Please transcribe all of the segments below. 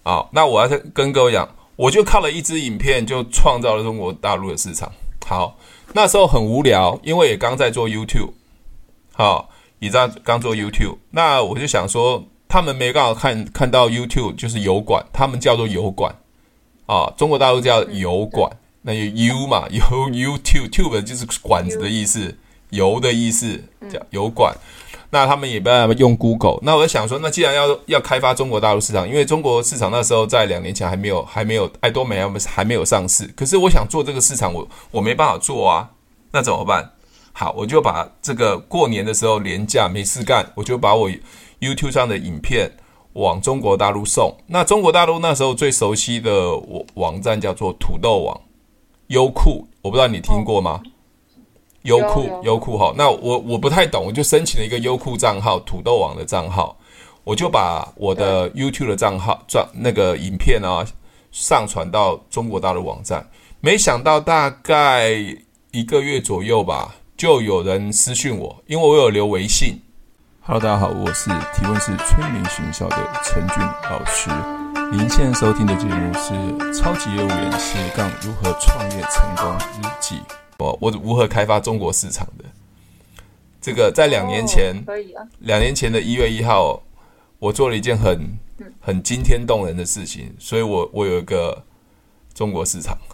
好，那我要跟各位讲，我就靠了一支影片就创造了中国大陆的市场。好，那时候很无聊，因为也刚在做 YouTube， 好，也在刚做 YouTube， 那我就想说，他们没刚好看到 YouTube 就是油管，他们叫做油管啊，中国大陆叫油管，那有 U 嘛，有 YouTube 就是管子的意思，油的意思，叫油管。那他们也不要用 Google， 那我就想说，那既然要开发中国大陆市场，因为中国市场那时候在2年前还没有爱多美还没有上市，可是我想做这个市场，我没办法做啊，那怎么办？好，我就把这个过年的时候连假没事干，我就把我 YouTube 上的影片往中国大陆送。那中国大陆那时候最熟悉的网站叫做土豆网、优酷，我不知道你听过吗？优酷哈，那我不太懂，我就申请了一个优酷账号、土豆网的账号，我就把我的 YouTube 的账号那个影片啊上传到中国大陆网站，没想到大概1个月左右吧，就有人私讯我，因为我有留微信。Hello， 大家好，我是提问是催眠学校的陈俊老师。您现在收听的节目是《超级业务员斜杠如何创业成功日记》。我如何开发中国市场的？这个在2年前，2年前的1月1号，我做了一件很惊天动人的事情，所以我有一个中国市场。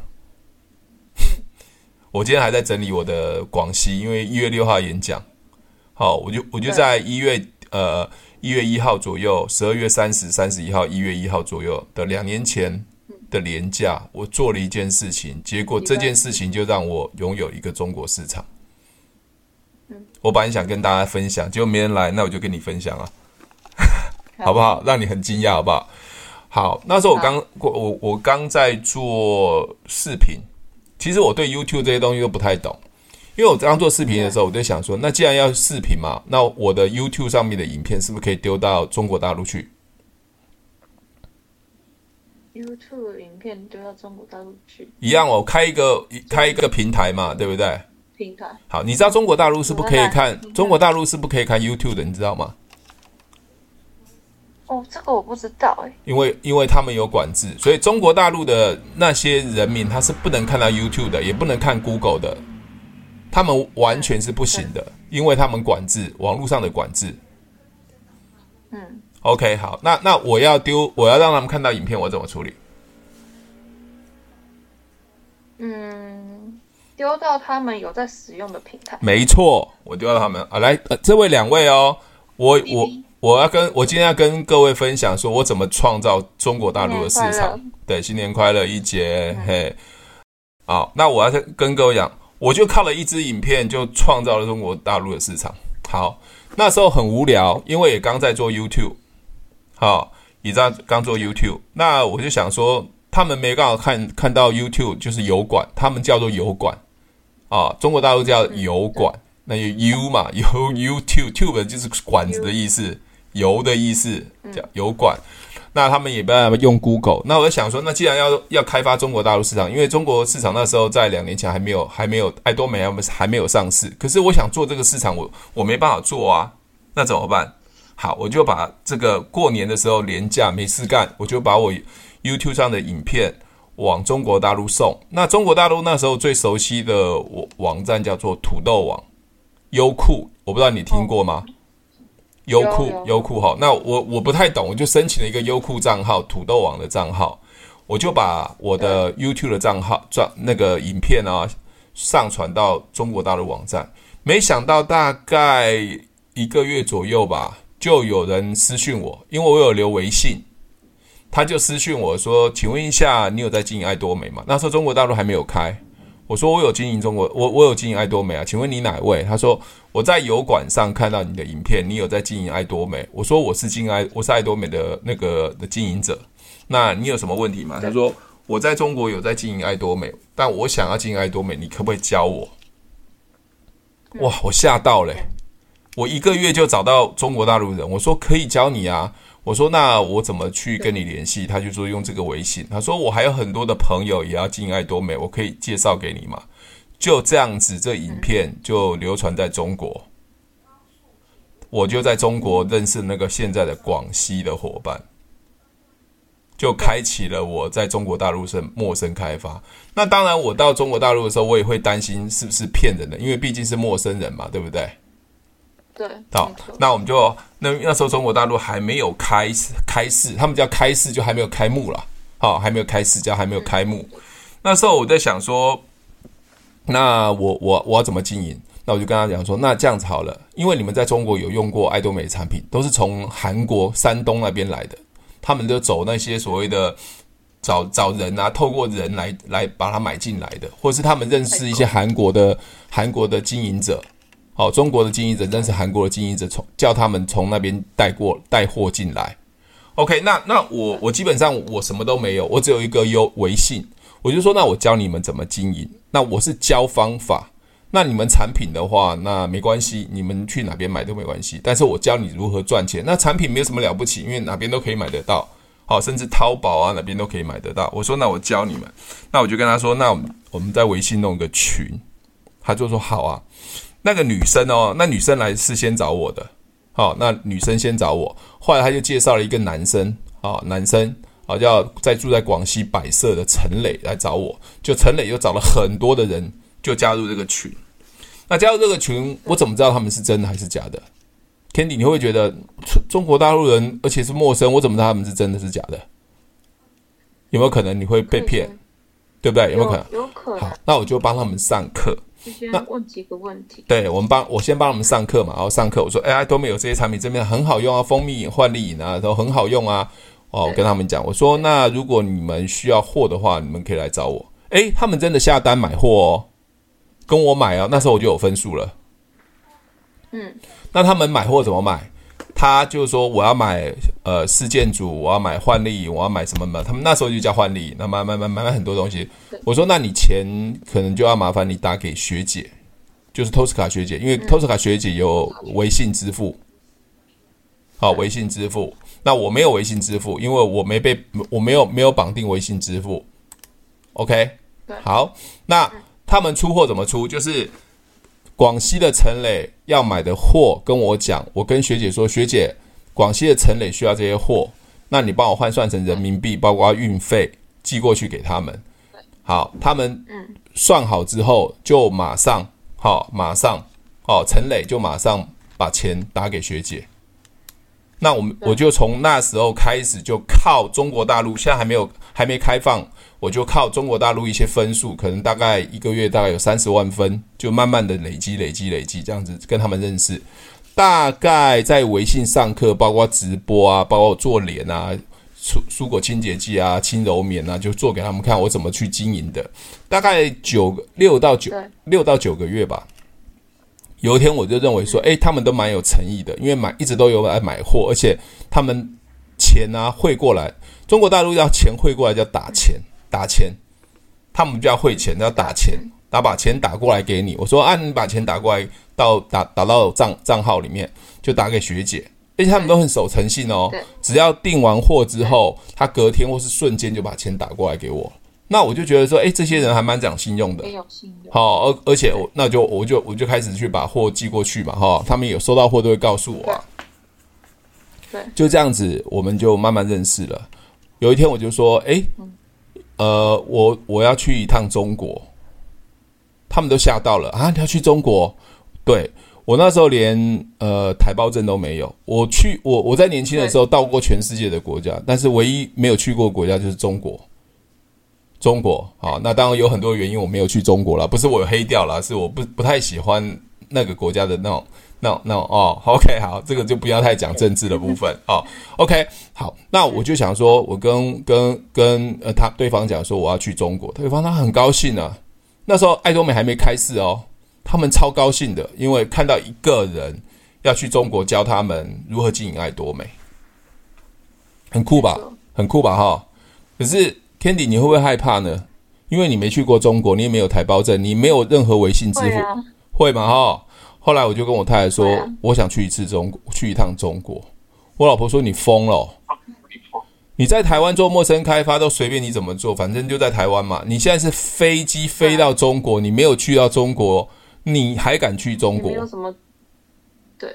我今天还在整理我的广西，因为1月6号演讲。好，我就在1月1号左右，12月30、31号、1月1号左右的2年前的连假，我做了一件事情，结果这件事情就让我拥有一个中国市场。我本来想跟大家分享，结果没人来，那我就跟你分享啊，好不好？让你很惊讶，好不好？好，那时候我刚在做视频，其实我对 YouTube 这些东西都不太懂，因为我刚做视频的时候，我就想说，那既然要视频嘛，那我的 YouTube 上面的影片是不是可以丢到中国大陆去 ？YouTube 影片丢到中国大陆去， 一样哦，开一个平台嘛，对不对？ 平台。 好，你知道中国大陆是不可以看YouTube 的，你知道吗？ 哦，这个我不知道哎。 因为他们有管制，所以中国大陆的那些人民他是不能看到 YouTube 的，也不能看 Google 的，他们完全是不行的，因为他们管制网络上的管制。OK， 好，那我要让他们看到影片，我怎么处理？ 丢到他们有在使用的平台。 没错，我丢到他们。来，这位2位哦，我今天要跟各位分享，说我怎么创造中国大陆的市场。对，新年快乐一节，嘿。好，那我要跟各位讲，我就靠了一支影片就创造了中国大陆的市场。好，那时候很无聊，因为也刚在做 YouTube。好，也在刚做 YouTube， 那我就想说，他们没刚好看到 YouTube 就是油管，他们叫做油管啊，中国大陆叫油管，那有 U 嘛，有 YouTube 就是管子的意思，油的意思，叫油管。那他们也不要用 Google， 那我就想说，那既然要开发中国大陆市场，因为中国市场那时候在2年前还没有爱多美还没有上市，可是我想做这个市场，我没办法做啊，那怎么办？好，我就把这个过年的时候连假没事干，我就把我 YouTube 上的影片往中国大陆送。那中国大陆那时候最熟悉的网站叫做土豆网、优酷，我不知道你听过吗？优酷哈，那我不太懂，我就申请了一个优酷账号、土豆网的账号，我就把我的 YouTube 的账号那个影片啊上传到中国大陆网站，没想到大概1个月左右吧。就有人私讯我，因为我有留微信，他就私讯我说：“请问一下，你有在经营爱多美吗？”那时候中国大陆还没有开，我说我有经营我有经营爱多美啊，请问你哪位？他说我在油管上看到你的影片，你有在经营爱多美。我说我是爱多美的那个的经营者，那你有什么问题吗？他说我在中国有在经营爱多美，但我想要经营爱多美，你可不可以教我？哇，我吓到了我1个月就找到中国大陆人，我说可以教你啊，我说那我怎么去跟你联系？他就说用这个微信，他说我还有很多的朋友也要经营爱多美，我可以介绍给你吗？就这样子，这影片就流传在中国，我就在中国认识那个现在的广西的伙伴， 就开启了我在中国大陆是陌生开发。那当然我到中国大陆的时候，我也会担心是不是骗人的，因为毕竟是陌生人嘛，对不对？ 对， 好，那我们就那时候中国大陆还没有开市，他们叫开市，就还没有开幕啦。好，还没有开市，叫还没有开幕。那时候我在想说，那我要怎么经营？那我就跟他讲说，那这样子好了，因为你们在中国有用过爱多美的产品，都是从韩国山东那边来的，他们就走那些所谓的找人啊，透过人来把它买进来的，或者是他们认识一些韩国的经营者。好，中国的经营者认识韩国的经营者，叫他们从那边带货进来。OK， 那我基本上我什么都没有，我只有一个微信，我就说那我教你们怎么经营。那我是教方法，那你们产品的话，那没关系，你们去哪边买都没关系。但是我教你如何赚钱。那产品没有什么了不起，因为哪边都可以买得到，好，甚至淘宝啊哪边都可以买得到。我说那我教你们，那我就跟他说，那我们在微信弄个群，他就说好啊。那个女生哦，那女生来是先找我的，好，那女生先找我，后来他就介绍了一个男生，男生叫住在广西百色的陈磊来找我，就陈磊又找了很多的人就加入这个群。那加入这个群，我怎么知道他们是真的还是假的 ？Candy， 你会不会觉得中国大陆人，而且是陌生，我怎么知道他们是真的是假的？有没有可能你会被骗？对不对？有没有可能？ 有可能。 好，那我就帮他们上课。 先问几个问题。 对，我先帮他们上课嘛，然后上课我说，爱多美有这些产品，这边很好用啊，蜂蜜饮、焕丽饮啊，都很好用啊。我跟他们讲，我说那如果你们需要货的话，你们可以来找我。他们真的下单买货哦，跟我买啊，那时候我就有分数了。那他们买货怎么买？他就说我要买四件组，我要买焕丽饮，我要买什么嘛？他们那时候就叫焕丽饮，那买很多东西。我说那你钱可能就要麻烦你打给学姐，就是 Tosca 学姐，因为 Tosca 学姐有微信支付。好，微信支付。那我没有微信支付，因为我没有绑定微信支付。OK， 好，那他们出货怎么出？就是广西的陈磊要买的货跟我讲，我跟学姐说，学姐，广西的陈磊需要这些货，那你帮我换算成人民币，包括运费寄过去给他们。好，他们算好之后就马上陈磊就马上把钱打给学姐。那我就从那时候开始就靠中国大陆，现在还没开放，我就靠中国大陆一些分数，可能大概一个月大概有30万分，就慢慢的累积这样子跟他们认识。大概在微信上课，包括直播啊，包括做脸啊，蔬果清洁剂啊，轻柔棉啊，就做给他们看我怎么去经营的。大概6到9个月吧。有一天我就認為說，他們都蠻有誠意的，因為一直都有來買貨，而且他們錢啊匯過來，中國大陸要錢匯過來叫打錢，他們就要匯錢，叫打錢，把錢打過來給你。我說你把錢打過來打到賬號裡面，就打給學姐，而且他們都很守誠信哦，只要訂完貨之後，他隔天或是瞬間就把錢打過來給我。那我就覺得說，這些人還蠻講信用的，好，而且我就開始去把貨寄過去嘛，他們有收到貨都會告訴我啊， 對， 就這樣子，我們就慢慢認識了。有一天我就說，我要去一趟中國，他們都嚇到了啊！你要去中國？對，我那時候連台胞證都沒有，我在年輕的時候到過全世界的國家，但是唯一沒有去過的國家就是中國。好，那當然有很多原因我沒有去中國啦，不是我有黑掉啦，是我不太喜歡那個國家的那種OK， 好，這個就不要太講政治的部分OK， 好，那我就想說，我跟對方講說我要去中國，對方他很高興啊，那時候愛多美還沒開市哦，他們超高興的，因為看到一個人要去中國教他們如何經營愛多美，很酷吧可是Candy， 你會不會害怕呢？因為你沒去過中國，你也沒有台胞證，你沒有任何微信支付，會嗎？後來我就跟我太太說，我想去一趟中國。我老婆說你瘋了，你在台灣做陌生開發都隨便你怎麼做，反正就在台灣嘛。你現在是飛機飛到中國，你沒有去到中國，你還敢去中國？ 沒有什麼，對，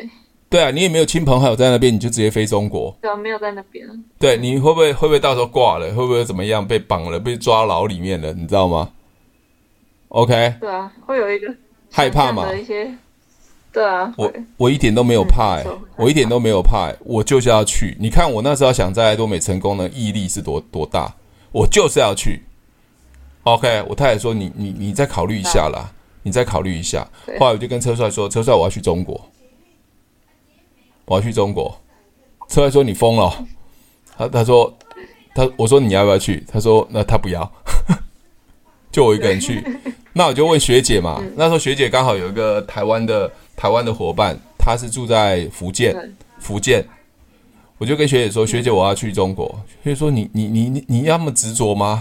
对啊，你也没有亲朋好友在那边，你就直接飞中国。 对啊，没有在那边。 对，你会不会到时候挂了？会不会怎么样？被绑了，被抓牢里面了？你知道吗 ？OK。 对啊，会有一个害怕嘛？ 一些。对啊， 我一点都没有怕我一点都没有怕我就是要去。你看我那时候想在多美成功的毅力是多大，我就是要去。OK， 我太太说你再考虑一下啦，你再考虑一下。后来我就跟车帅说，车帅我要去中国，我要去中国。车帅说你疯了，他说我说你要不要去？他说那他不要，就我一个人去。那我就问学姐嘛，那时候学姐刚好有一个台湾的伙伴，他是住在福建，我就跟学姐说，学姐我要去中国。学姐说你要那么执着吗？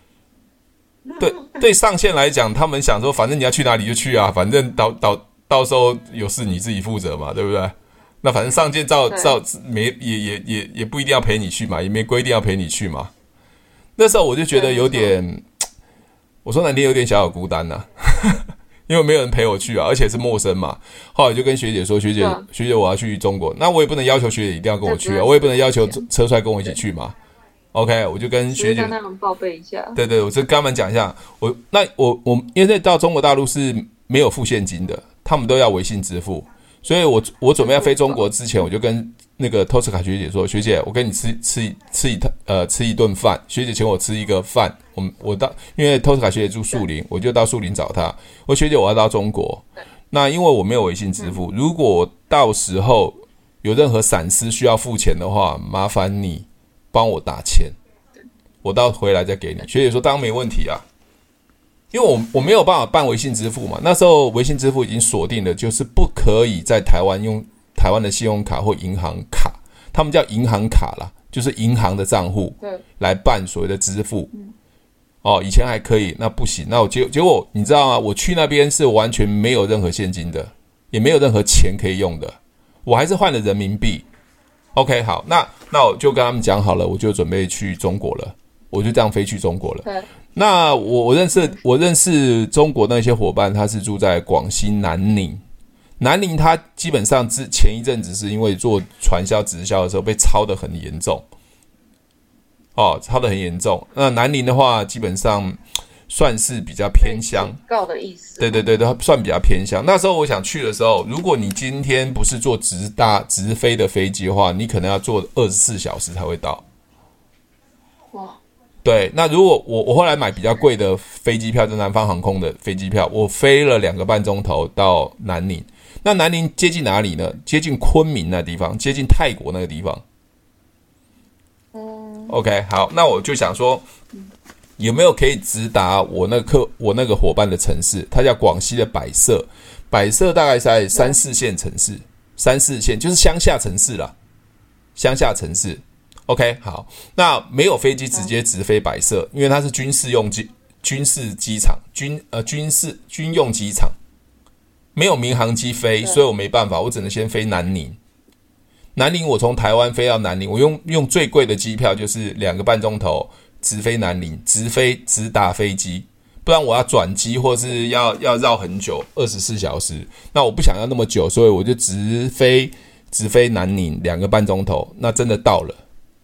对上线来讲，他们想说反正你要去哪里就去啊，反正到时候有事你自己负责嘛，对不对？那反正上线也不一定要陪你去嘛，也没规定要陪你去嘛。那时候我就觉得有点，我说难听有点小孤单啊因为没有人陪我去啊，而且是陌生嘛。后来就跟学姐说，学姐我要去中国，那我也不能要求学姐一定要跟我去啊，我也不能要求车帅跟我一起去嘛。OK， 我就跟学姐跟他们报备一下。 对，我就跟他们讲一下，我因为到中国大陆是没有付现金的，他们都要微信支付，所以我准备要飞中国之前，我就跟那个托斯卡学姐说，学姐，我跟你吃一顿饭，学姐请我吃一个饭，因为托斯卡学姐住树林，我就到树林找她。我说学姐我要到中国，那因为我没有微信支付，如果到时候有任何闪失需要付钱的话，麻烦你帮我打钱，我到回来再给你。学姐说当然没问题啊，因为我没有办法办微信支付嘛，那时候微信支付已经锁定了，就是不可以在台湾用台湾的信用卡或银行卡，他们叫银行卡啦，就是银行的账户来办所谓的支付。以前还可以，那不行。那结果你知道吗？我去那边是完全没有任何现金的，也没有任何钱可以用的，我还是换了人民币。OK， 好，那我就跟他们讲好了，我就准备去中国了，我就这样飞去中国了。那我认识中国那些伙伴，他是住在广西南宁。南宁他基本上前一阵子是因为做传销直销的时候被抄得很严重，抄得很严重。那南宁的话，基本上算是比较偏乡， 告的意思。 对，算比较偏乡。那时候我想去的时候，如果你今天不是坐直飞的飞机的话，你可能要坐24小时才会到。 哇！ 对，那如果我后来买比较贵的飞机票，就南方航空的飞机票，我飞了2个半钟头到南宁。那南宁接近哪里呢？接近昆明那地方，接近泰国那个地方。OK， 好，那我就想说，有没有可以直达我那个伙伴的城市？它叫广西的百色，百色大概在3-4线城市，3-4线就是乡下城市啦，乡下城市。OK， 好，那没有飞机直接直飞百色，因为它是军事机场，军用机场，没有民航机飞，所以我没办法，我只能先飞南宁。南宁我从台湾飞到南宁，我用最贵的机票，就是2个半钟头直飞南宁，直达飞机，不然我要转机或是要绕很久，24小时，那我不想要那么久，所以我就直飞南宁2个半钟头，那真的到了。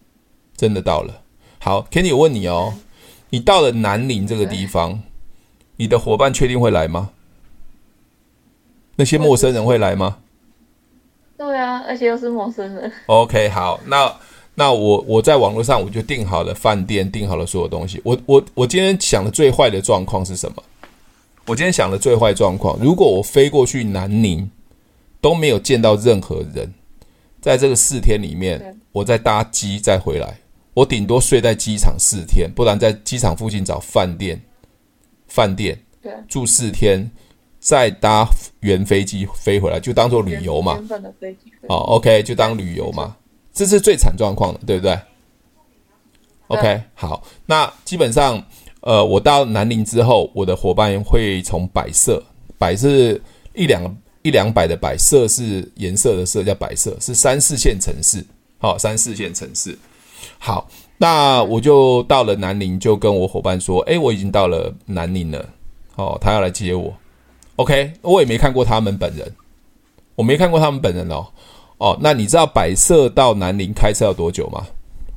好 ，Kenny， 我问你哦，你到了南宁这个地方，你的伙伴确定会来吗？那些陌生人会来吗？ 对啊，而且又是陌生人。 OK， 好，那我在网络上我就订好了饭店，订好了所有东西。我今天想的最坏的状况是什么？我今天想的最坏状况，如果我飞过去南宁都没有见到任何人，在这个4天里面，我再搭机再回来，我顶多睡在机场4天，不然在机场附近找饭店住4天。再搭原飞机飞回来，就当做旅游嘛。OK， 就当旅游嘛。这是最惨状况的，对不对 ？OK， 好，那基本上，我到南宁之后，我的伙伴会从百色一两百的百色是颜色的色，叫百色，是3-4线城市。3-4线城市。好，那我就到了南宁，就跟我伙伴说，我已经到了南宁了，他要来接我。OK， 我也没看过他们本人，哦。 哦，那你知道百色到南宁开车要多久吗？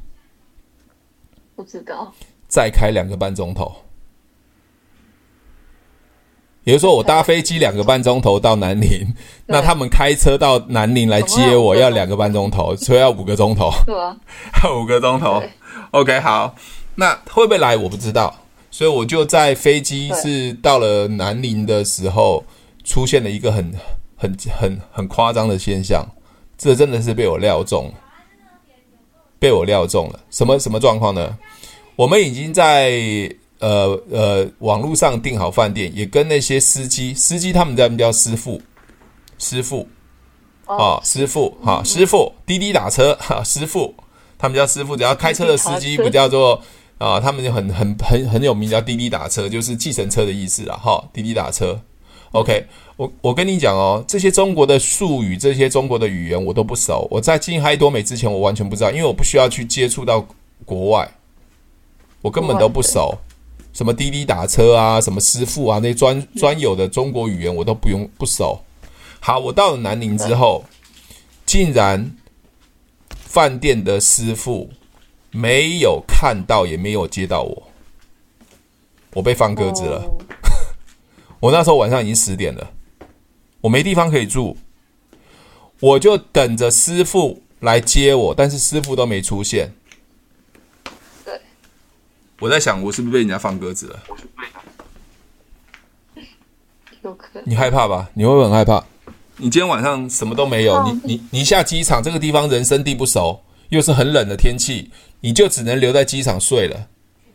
不知道。 再开2个半钟头。也就是说，我搭飞机2个半钟头到南宁，那他们开车到南宁来接我要2个半钟头，所以要5个钟头。 对啊 ，5个钟头。OK， 好，那会不会来我不知道，所以我就在飞机是到了南宁的时候，出现了一个很夸张的现象，这真的是被我料中了。什么状况呢？我们已经在网络上订好饭店，也跟那些司机他们叫师傅，师傅，滴滴打车，师傅，他们叫师傅，只要开车的司机不叫做他们就很有名，叫滴滴打车，就是计程车的意思啦，滴滴打车。OK， 我跟你讲哦，这些中国的术语，这些中国的语言我都不熟。我在进嗨多美之前，我完全不知道，因为我不需要去接触到国外，我根本都不熟。什么滴滴打车啊，什么师傅啊，那些专有的中国语言我都不熟。好，我到了南宁之后，竟然饭店的师傅没有看到，也没有接到我被放鸽子了。我那时候晚上已经10点了，我没地方可以住，我就等着师傅来接我，但是师傅都没出现。我在想，我是不是被人家放鸽子了？ 有可能。 你害怕吧？你会不会很害怕？你今天晚上什么都没有，你一下机场，这个地方人生地不熟，又是很冷的天气，你就只能留在机场睡了。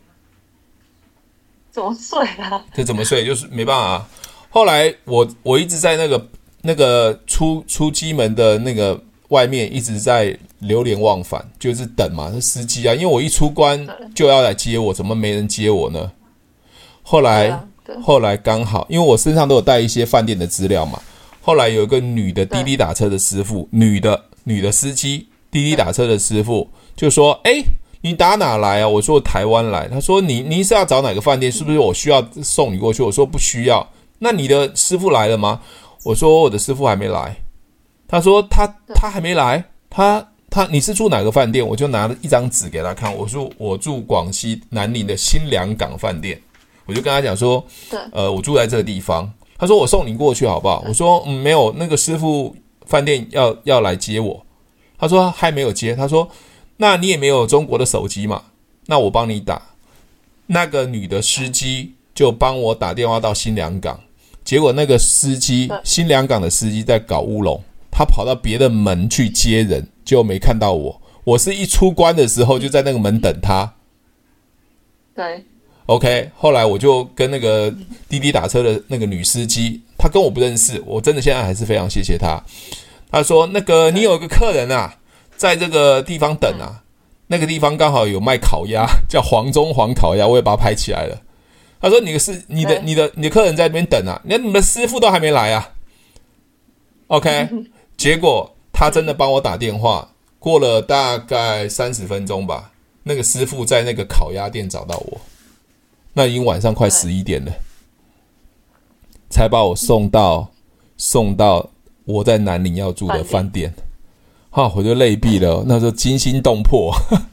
怎么睡啊？ 这怎么睡？就是没办法啊。后来我一直在那个出机门的那个外面一直在流连忘返，就是等嘛，是司机啊，因为我一出关就要来接我，怎么没人接我呢？后来刚好，因为我身上都有带一些饭店的资料嘛，后来有一个女的滴滴打车的师傅，女的司机，滴滴打车的师傅就说：“你打哪来啊？”我说：“台湾来。”他说：“你是要找哪个饭店？是不是我需要送你过去？”我说：“不需要。”那你的师傅来了吗？我说：“我的师傅还没来。”他说他还没来，你是住哪个饭店？我就拿了一张纸给他看，我说我住广西南宁的新良港饭店，我就跟他讲说，我住在这个地方。他说我送你过去好不好？我说没有，那个师傅饭店要来接我。他说还没有接，他说那你也没有中国的手机嘛？那我帮你打。那个女的司机就帮我打电话到新良港，结果那个新良港的司机在搞乌龙。他跑到别的门去接人，就没看到我。我是一出关的时候就在那个门等他。 对 ，OK。后来我就跟那个滴滴打车的那个女司机，她跟我不认识，我真的现在还是非常谢谢她。她说：“那个你有一个客人啊，在这个地方等啊，那个地方刚好有卖烤鸭，叫黄中黄烤鸭，我也把它拍起来了。”她说：“你的客人在那边等啊，你的师傅都还没来啊。”OK。结果他真的帮我打电话，过了大概30分钟吧，那个师傅在那个烤鸭店找到我，那已经晚上快11点了，才把我送到我在南宁要住的饭店。我就泪闭了，那时候惊心动魄。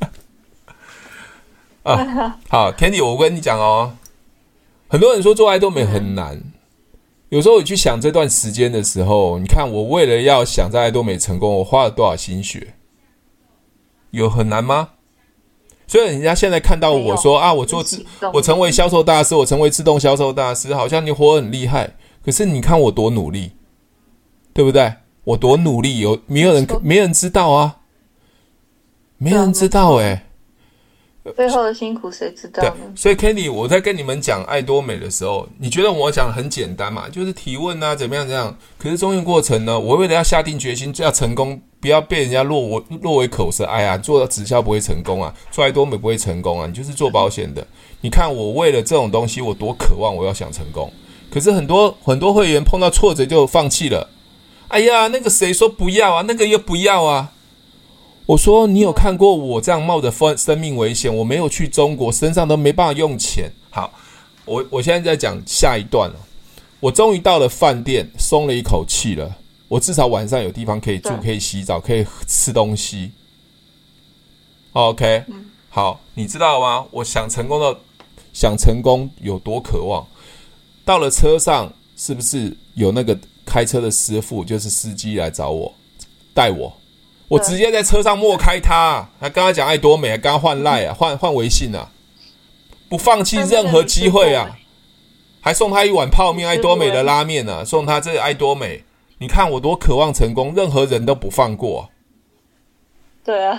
好 ，Candy， 我跟你讲哦，很多人说做爱多美很难。有时候我去想这段时间的时候，你看我为了要想在爱多美成功，我花了多少心血，有很难吗？所以人家现在看到我说我成为销售大师，我成为自动销售大师，好像你活得很厉害，可是你看我多努力，对不对？我多努力，没人知道啊，没人知道背后的辛苦谁知道呢？ 所以 Candy， 我在跟你们讲爱多美的时候，你觉得我讲很简单嘛？就是提问啊，怎么样？可是中间过程呢，我为了要下定决心要成功，不要被人家落为口舌。哎呀，做直销不会成功啊，做爱多美不会成功啊，你就是做保险的。你看我为了这种东西，我多渴望我要想成功。可是很多会员碰到挫折就放弃了。哎呀，那个谁说不要啊，那个又不要啊。我说你有看过我这样冒着生命危险，我没有去中国，身上都没办法用钱。好，我现在在讲下一段了。我终于到了饭店，松了一口气了。 我至少晚上有地方可以住， 对可以洗澡，可以吃东西。OK，好，你知道吗？我想成功有多渴望？到了车上，是不是有那个开车的师傅，就是司机来找我，带我？我直接在车上默开他，还跟他讲爱多美，还跟他换赖啊，换微信啊，不放弃任何机会啊，还送他一碗泡面，爱多美的拉面啊，送他这个爱多美。你看我多渴望成功，任何人都不放过啊。 对啊，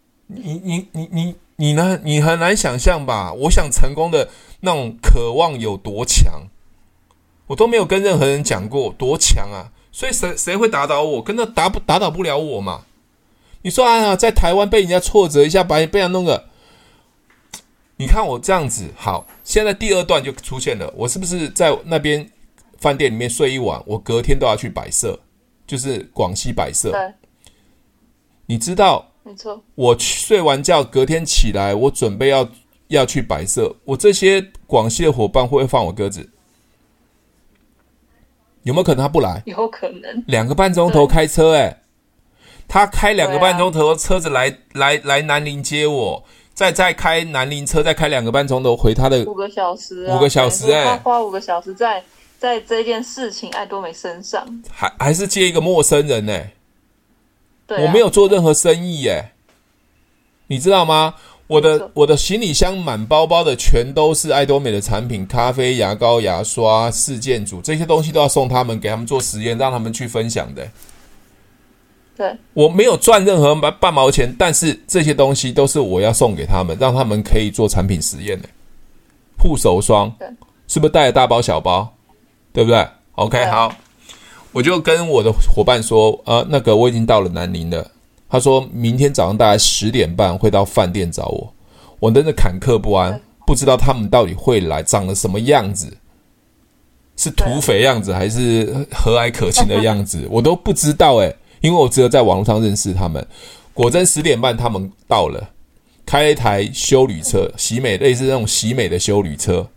你呢？你很难想象吧？我想成功的那种渴望有多强，我都没有跟任何人讲过多强啊！所以谁会打倒我？根本打倒不了我嘛！你说啊，在台湾被人家挫折一下，被人家弄个，你看我这样子，好，现在第二段就出现了，我是不是在那边饭店里面睡一晚，我隔天都要去摆设，就是广西摆设。 对， 你知道？ 没错， 我睡完觉，隔天起来，我准备要去摆设，我这些广西的伙伴会不会放我鸽子？有没有可能他不来？ 有可能 2个半钟头开车他开2个半钟头车子来南宁接我，再开南宁车，再开2个半钟头回他的 5个小时 5个小时他花5个小时在这件事情爱多美身上， 还是接一个陌生人对我没有做任何生意你知道吗？我的行李箱满包包的全都是爱多美的产品，咖啡、牙膏、牙刷、四件组，这些东西都要送他们，给他们做实验，让他们去分享的。 对，我没有赚任何半毛钱，但是这些东西都是我要送给他们，让他们可以做产品实验的。护手霜，是不是带了大包小包？对不对 ？OK， 好，我就跟我的伙伴说，那个我已经到了南宁了。他说明天早上大概10点半会到饭店找我，我真的坎坷不安，不知道他们到底会来长得什么样子，是土匪样子还是和蔼可亲的样子，我都不知道因为我只有在网络上认识他们。果真10点半他们到了，开了一台休旅车，类似那种喜美的休旅车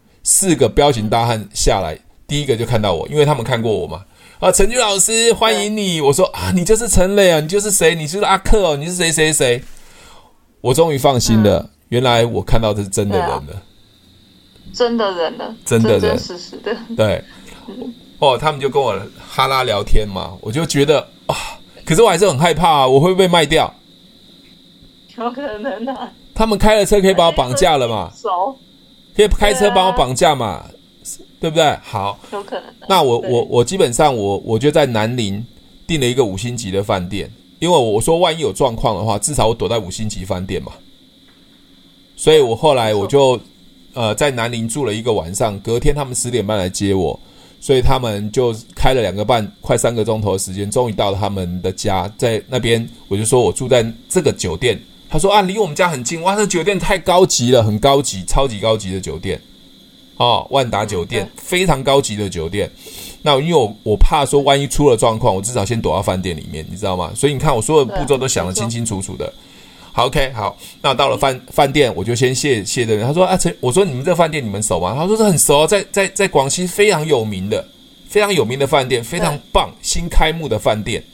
，4个彪形大汉下来，第一个就看到我，因为他们看过我嘛。陈俊老师欢迎你，我说你就是陈磊啊，你就是谁？你是阿克你是谁谁谁？我终于放心了，原来我看到的是真的人了， 真的人了， 真的人， 真实实的。 对，他们就跟我哈拉聊天嘛，我就觉得可是我还是很害怕我会不会被卖掉？ 有可能啊， 他们开了车可以把我绑架了嘛？可以开车把我绑架嘛？对不对？好， 有可能的。 那我基本上我就在南宁订了一个5星级的饭店，因为我说万一有状况的话，至少我躲在5星级饭店嘛。所以我后来我就在南宁住了1个晚上，隔天他们10点半来接我，所以他们就开了2个半快3个钟头的时间，终于到了他们的家，在那边我就说我住在这个酒店，他说离我们家很近，哇，这酒店太高级了，很高级，超级高级的酒店。万达酒店非常高级的酒店。那因为我怕说万一出了状况，我至少先躲到饭店里面，你知道吗？所以你看我所有的步骤都想得清清楚楚的。好 OK， 好，那到了饭店我就先谢的人。他说我说你们这饭店你们熟吗？他说这很熟，在广西非常有名的饭店，非常棒，新开幕的饭店。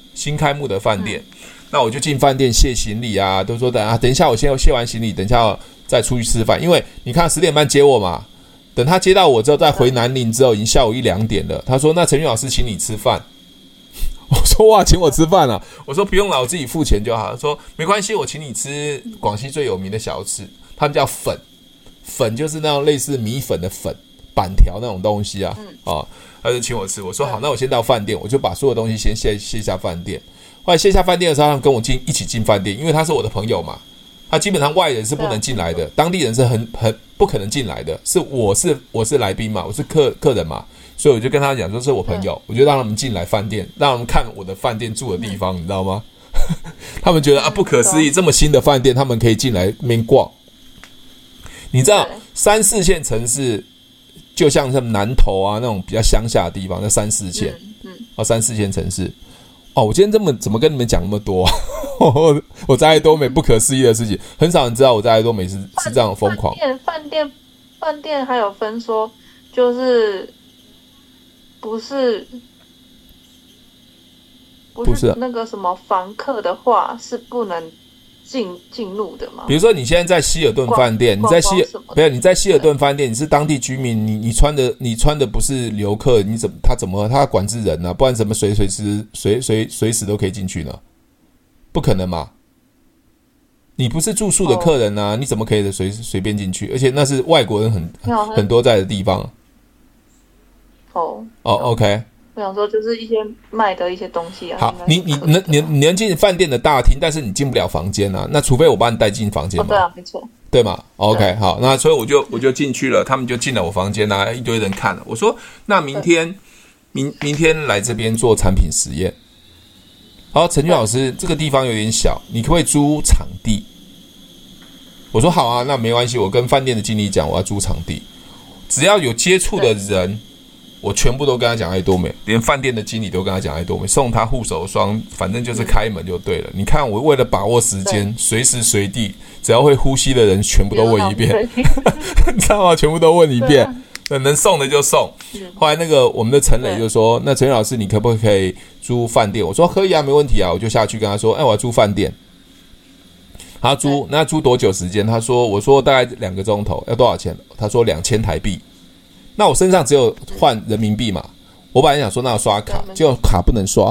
那我就进饭店卸行李啊，都说等一下我先卸完行李，等一下再出去吃饭，因为你看10点半接我嘛。等他接到我之后，再回南宁之后，已经下午1、2点了。他说：“那陈俊老师，请你吃饭。”我说：“哇，请我吃饭啊！”我说：“不用了，我自己付钱就好。”他说：“没关系，我请你吃广西最有名的小吃，他们叫粉，粉就是那种类似米粉的粉，板条那种东西啊。他就请我吃。我说：“好，那我先到饭店，我就把所有东西先卸下饭店。后来卸下饭店的时候，他们跟我一起进饭店，因为他是我的朋友嘛。”他基本上外人是不能进来的，当地人是很不可能进来的。我是来宾嘛，我是客人嘛，所以我就跟他讲说是我朋友，我就让他们进来饭店，让他们看我的饭店住的地方，你知道吗？他们觉得不可思议，这么新的饭店，他们可以进来那边逛。你知道3、4线城市，就像是南投啊那种比较乡下的地方，那3、4线，3、4线城市。我今天怎么跟你们讲那么多？我在爱多美不可思议的事情，很少人知道我在爱多美是这样疯狂。 饭店还有分说，就是不是不是那个什么房客的话是不能进入的吗？ 比如说你现在在希尔顿饭店，你在希尔顿饭店，你是当地居民，你穿的不是游客，他管制人呢？不然怎么随时都可以进去呢？不可能嘛！你不是住宿的客人啊，你怎么可以随便进去？而且那是外国人很多在的地方。OK。 我想说，就是一些卖的一些东西啊。 好，你能进饭店的大厅，但是你进不了房间啊。那除非我把你带进房间嘛。 对啊，没错。 对嘛 ？OK， 好，那所以我就进去了，他们就进了我房间啊，一堆人看了。我说，那明天来这边做产品实验。好，陈俊老师，这个地方有点小，你可不可以租场地？我说好啊，那没关系，我跟饭店的经理讲，我要租场地，只要有接触的人。我全部都跟他讲爱多美，连饭店的经理都跟他讲爱多美，送他护手霜，反正就是开门就对了。你看，我为了把握时间，随时随地，只要会呼吸的人全部都问一遍，你知道吗？全部都问一遍，能送的就送。后来我们的陈磊就说：“那陈老师，你可不可以租饭店？”我说：“可以啊，没问题啊。”我就下去跟他说：“我要租饭店。”他租那租多久时间？他说：“我说大概2个钟头，要多少钱？”他说2000台币。那我身上只有换人民币嘛，我本来想说那要刷卡，结果卡不能刷，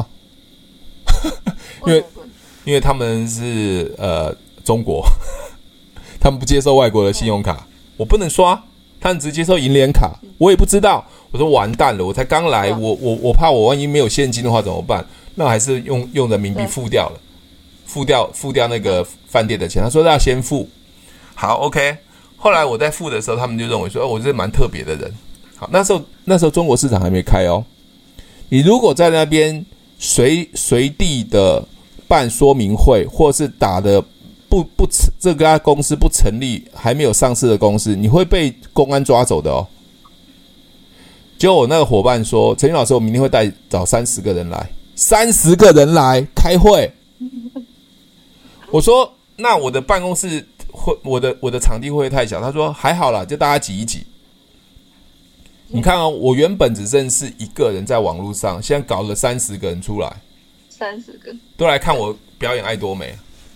因为他们是中国，他们不接受外国的信用卡，我不能刷，他们只接受银联卡，我也不知道，我说完蛋了，我才刚来，我怕我万一没有现金的话怎么办？那我还是用人民币付掉了，付掉那个饭店的钱，他说要先付，好 OK， 后来我在付的时候，他们就认为说，我是蛮特别的人。好，那时候中国市场还没开哦。你如果在那边随地的办说明会，或是打的这家公司不成立，还没有上市的公司，你会被公安抓走的哦。结果我那个伙伴说：“陈老师，我明天会找30个人来，30个人来开会。”我说：“那我的办公室我的场地会不会太小？”他说：“还好啦，就大家挤一挤。”你看哦，我原本只认识1个人在网络上，现在搞了30个人出来 ，30个都来看我表演爱多美。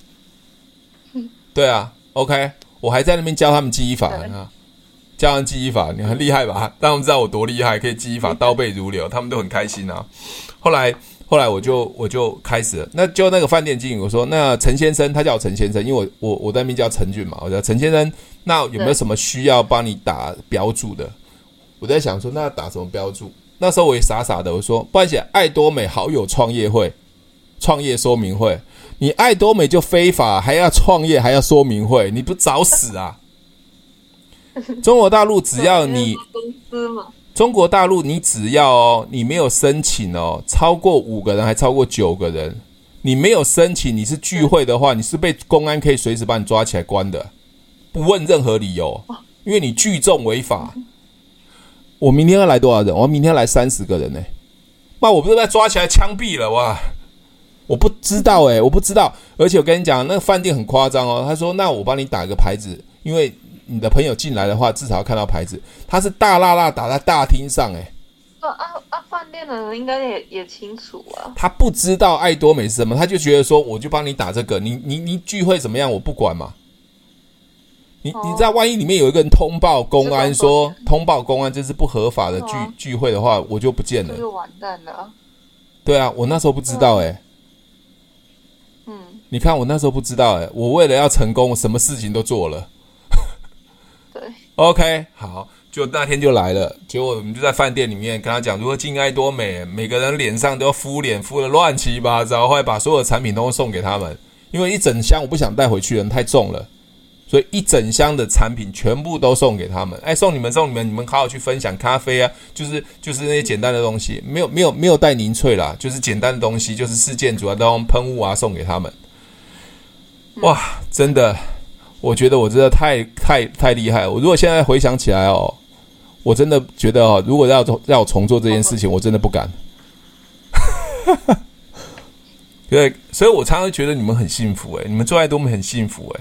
对啊 ，OK， 我还在那边教他们记忆法啊，教他们记忆法，你很厉害吧？让他们知道我多厉害，可以记忆法倒背如流，他们都很开心啊。后来我就开始了，那就那个饭店经理我说，那陈先生，他叫我陈先生，因为我在那边叫陈俊嘛，我叫陈先生，那有没有什么需要帮你打标注的？我在想说，那要打什么标注？那时候我也傻傻的，我说，不好意思，爱多美好友创业会、创业说明会，你爱多美就非法，还要创业，还要说明会，你不找死啊？中国大陆只要你中国大陆你只要你没有申请超过5个人还超过9个人，你没有申请，你是聚会的话，你是被公安可以随时把你抓起来关的，不问任何理由，因为你聚众违法。我明天要来多少人？我明天要来30个人那我不是被抓起来枪毙了哇？我不知道我不知道。而且我跟你讲，那个饭店很夸张哦。他说：“那我帮你打个牌子，因为你的朋友进来的话，至少要看到牌子。”他是大辣辣打在大厅上饭店的人应该也清楚啊。 他不知道爱多美是什么，他就觉得说，我就帮你打这个，你聚会怎么样，我不管嘛。你知道，万一里面有一个人通报公安说，通报公安这是不合法的聚会的话，我就不见了， 就完蛋了。 对啊，我那时候不知道你看我那时候不知道我为了要成功，我什么事情都做了。 对 ，OK， 好，就那天就来了，结果我们就在饭店里面跟他讲如何进爱多美，每个人脸上都要敷脸，敷得乱七八糟，后来把所有的产品都送给他们，因为一整箱我不想带回去，人太重了。所以一整箱的产品全部都送给他们，送你们，你们好好去分享咖啡啊，就是那些简单的东西，没有带凝萃啦，就是简单的东西，就是事件主要都用喷雾啊送给他们。哇，真的，我觉得我真的太厉害了。我如果现在回想起来我真的觉得如果要我重做这件事情，我真的不敢。对，所以我常常觉得你们很幸福你们做爱多美很幸福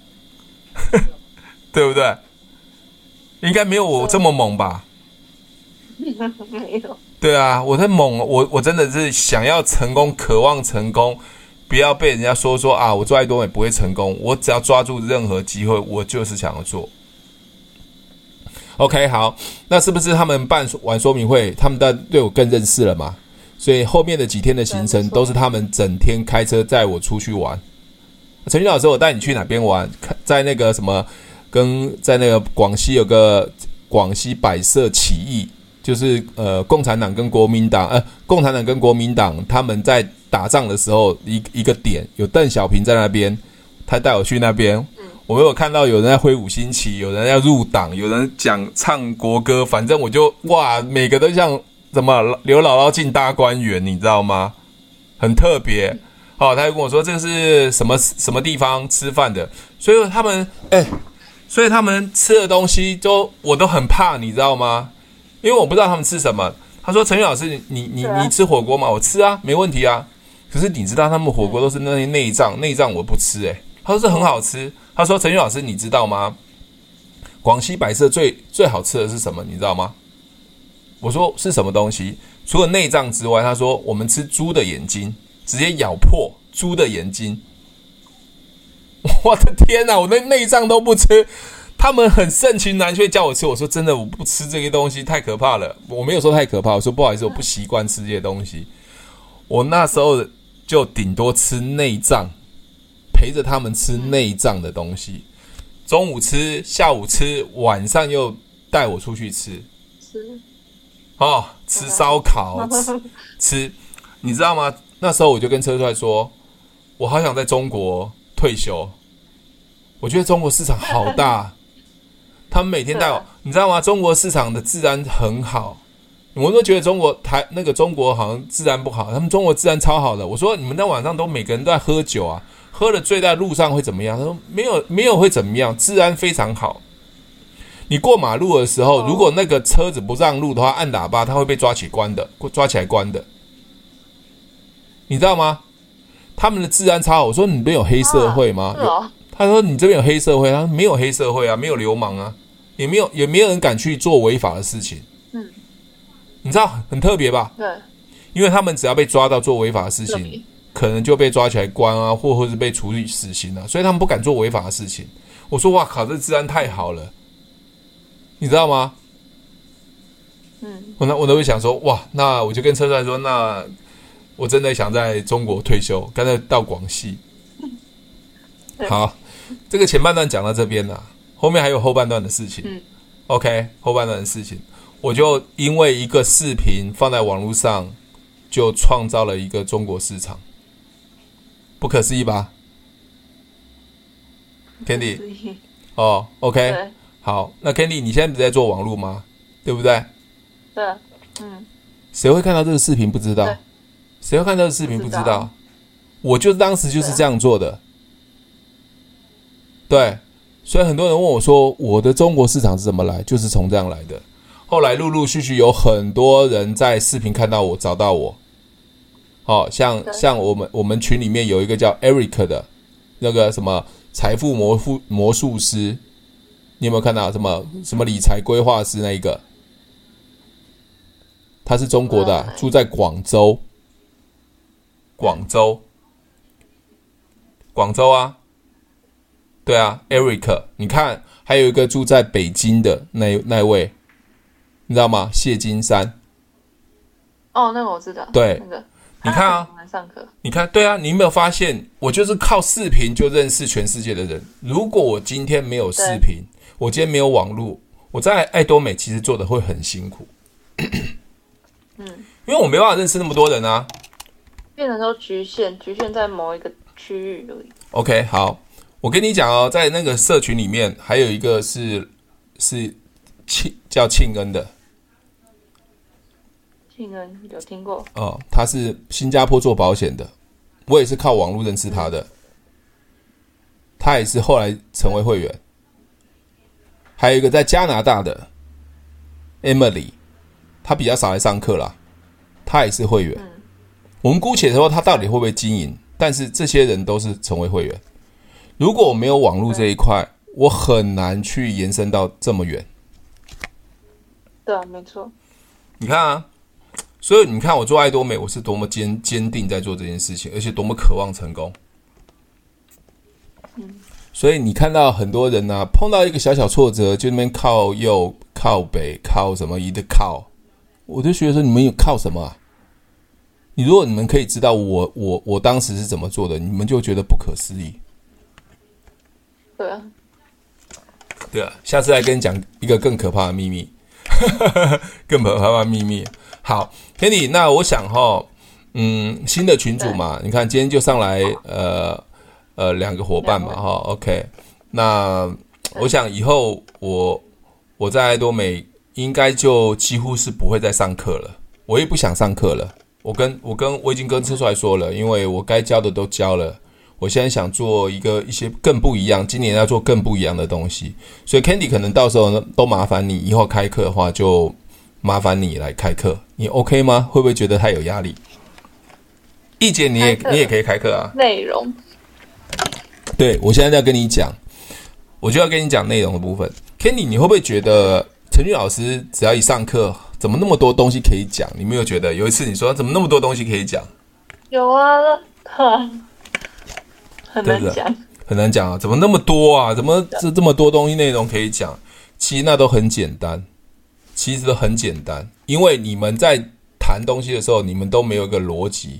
对不对？应该没有我这么猛吧？ 没有。 对啊，我在猛，我真的是想要成功，渴望成功，不要被人家说啊，我做爱多美不会成功，我只要抓住任何机会，我就是想要做。OK， 好，那是不是他们办完说明会，他们对我更认识了嘛？所以后面的几天的行程都是他们整天开车载我出去玩。陈俊老师，我带你去哪边玩？在那个什么，在那个广西有个广西百色起义，就是共产党跟国民党他们在打仗的时候一个点，有邓小平在那边，他带我去那边。我有看到有人在挥舞星旗，有人要入党，有人唱国歌，反正我就哇，每个都像什么刘姥姥进大观园，你知道吗？很特别。他就跟我说这是什么地方吃饭的，所以他们吃的东西我都很怕，你知道吗？因为我不知道他们吃什么。他说陈宇老师，你吃火锅吗？我吃啊，没问题啊。可是你知道他们火锅都是那些内脏我不吃他说这很好吃。他说陈宇老师你知道吗？广西百色最好吃的是什么？你知道吗？我说是什么东西？除了内脏之外，他说我们吃猪的眼睛，直接咬破猪的眼睛。我的天哪，我的内脏都不吃，他们很盛情难却叫我吃。我说真的，我不吃这些东西，太可怕了。我没有说太可怕，我说不好意思，我不习惯吃这些东西。我那时候就顶多吃内脏，陪着他们吃内脏的东西。中午吃，下午吃，晚上又带我出去吃。吃烧烤，吃，你知道吗？那时候我就跟车帅说，我好想在中国退休。我觉得中国市场好大，他们每天带我，你知道吗？中国市场的治安很好。我都觉得中国好像治安不好，他们中国治安超好的。我说你们在晚上都每个人都在喝酒啊，喝了醉在路上会怎么样？他说没有会怎么样，治安非常好。你过马路的时候，如果那个车子不让路的话，按喇叭，他会被抓起来关的。你知道吗？他们的治安超好。我说你那边有黑社会吗？他说你这边有黑社会。他说没有黑社会啊，没有流氓啊，也没有人敢去做违法的事情。你知道很特别吧？ 对， 因为他们只要被抓到做违法的事情，可能就被抓起来关啊，或是被处以死刑啊，所以他们不敢做违法的事情。我说哇靠，这治安太好了。你知道吗？我都会想说，哇，那我就跟车帅说，那我真的想在中国退休，干脆到广西。好，这个前半段讲到这边了，后面还有后半段的事情。OK， 后半段的事情，我就因为一个视频放在网络上，就创造了一个中国市场，不可思议吧 ？Candy， OK。好，那 Candy， 你现在不是在做网络吗？对不对？ 对， 谁会看到这个视频不知道？谁会看到这个视频不知道？我就当时就是这样做的。对，所以很多人问我说，我的中国市场是怎么来？就是从这样来的。后来陆陆续续有很多人在视频看到我，找到我。像我们群里面有一个叫 Eric 的，那个什么财富魔术师。你有没有看到什么理财规划师那一个？他是中国的，住在广州啊，对啊 ，Eric， 你看，还有一个住在北京的那位，你知道吗？谢金山。 那个我知道。 对， 那个你看啊， 上课。 你看，对啊，你有没有发现，我就是靠视频就认识全世界的人。如果我今天没有视频，我今天没有网络，我在爱多美其实做的会很辛苦。因为我没办法认识那么多人啊， 变成说局限在某一个区域而已。 OK， 好，我跟你讲哦，在那个社群里面，还有一个是叫庆恩的。 庆恩有听过他是新加坡做保险的，我也是靠网络认识他的，他也是后来成为会员。还有一个在加拿大的 Emily， 她比较少来上课啦，她也是会员。我们姑且说她到底会不会经营，但是这些人都是成为会员。如果我没有网络这一块，我很难去延伸到这么远。 对啊，没错。 你看啊， 所以你看我做爱多美，我是多么坚定在做这件事情，而且多么渴望成功。所以你看到很多人啊，碰到一个小小挫折，就那边靠右、靠北、靠什么一的靠，我就觉得说你们有靠什么啊？如果你们可以知道我当时是怎么做的，你们就觉得不可思议。 对啊， 对啊，下次来跟你讲一个更可怕的秘密，更可怕的秘密。好 ，Kenny， 那我想新的群组嘛，你看今天就上来2个伙伴嘛，OK， 那我想以后我在爱多美应该就几乎是不会再上课了，我也不想上课了。我已经跟车出来说了，因为我该教的都教了，我现在想做一些更不一样，今年要做更不一样的东西，所以 Candy 可能到时候呢都麻烦你，以后开课的话就麻烦你来开课，你 OK 吗？会不会觉得太有压力？易姐你也可以开课啊， 内容。 对，我现在要跟你讲，我就要跟你讲内容的部分。Candy， 你会不会觉得陈俊老师只要一上课，怎么那么多东西可以讲？你没有觉得有一次你说怎么那么多东西可以讲？ 有啊，很难讲， 对，很难讲啊！怎么那么多啊？怎么这么多东西内容可以讲？其实那都很简单，因为你们在谈东西的时候，你们都没有一个逻辑。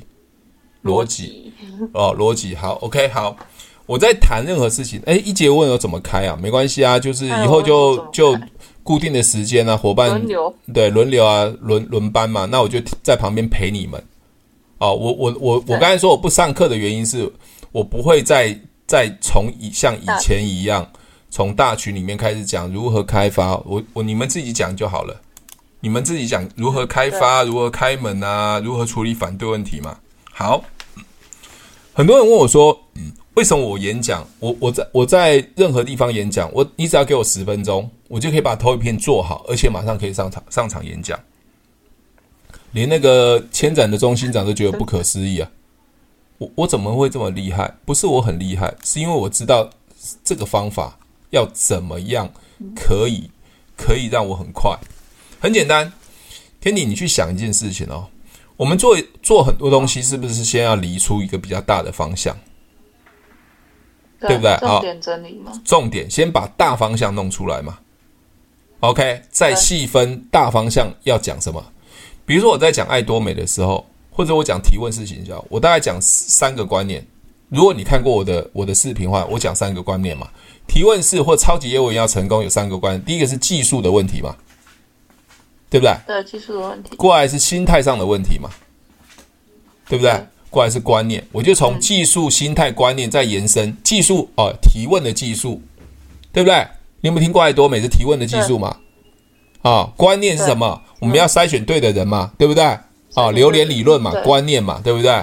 好 ，OK， 好。我在谈任何事情，一节问我怎么开啊？没关系啊，就是以后就固定的时间啊，伙伴轮流啊，轮班嘛，那我就在旁边陪你们。我刚才说我不上课的原因是我不会再像以前一样从大群里面开始讲如何开发，你们自己讲就好了，你们自己讲如何开发，如何开门啊，如何处理反对问题嘛。好，很多人问我说，为什么我演讲，我在任何地方演讲，你只要给我10分钟，我就可以把投影片做好，而且马上可以上场演讲。连那个牵展的中心长都觉得不可思议啊！我怎么会这么厉害？不是我很厉害，是因为我知道这个方法要怎么样可以让我很快。很简单 ，Kenny， 你去想一件事情哦，我们做很多东西，是不是先要理出一个比较大的方向？对不对？ 重点整理嘛， 重点先把大方向弄出来嘛。OK， 再细分大方向要讲什么。比如说我在讲爱多美的时候，或者我讲提问式行销，我大概讲3个观念。如果你看过我的视频的话，我讲3个观念嘛。提问式或超级业务员要成功有3个观念，第一个是技术的问题嘛，对不对？ 对，技术的问题。 过来是心态上的问题嘛，对不对？过来是观念，我就从技术、心态、观念再延伸。技术提问的技术，对不对？你有没有听过爱多美是提问的技术嘛？观念是什么？我们要筛选对的人嘛，对不对？榴莲理论嘛，观念嘛，对不对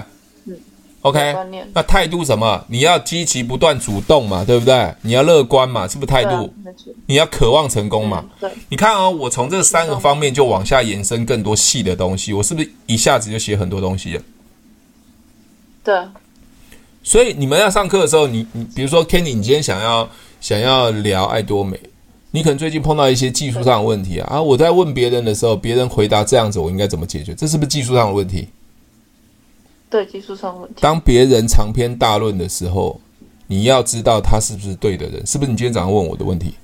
？OK， 那态度什么？你要积极不断主动嘛，对不对？你要乐观嘛，是不是态度？你要渴望成功嘛？ 对。 你看我从这3个方面就往下延伸更多细的东西，我是不是一下子就写很多东西了？ 对。 所以你们要上课的时候，你比如说 Kenny， 你今天想要聊爱多美，你可能最近碰到一些技术上的问题啊，我在问别人的时候，别人回答这样子，我应该怎么解决？这是不是技术上的问题？ 对，技术上的问题。 当别人长篇大论的时候，你要知道他是不是对的人，是不是你今天早上问我的问题？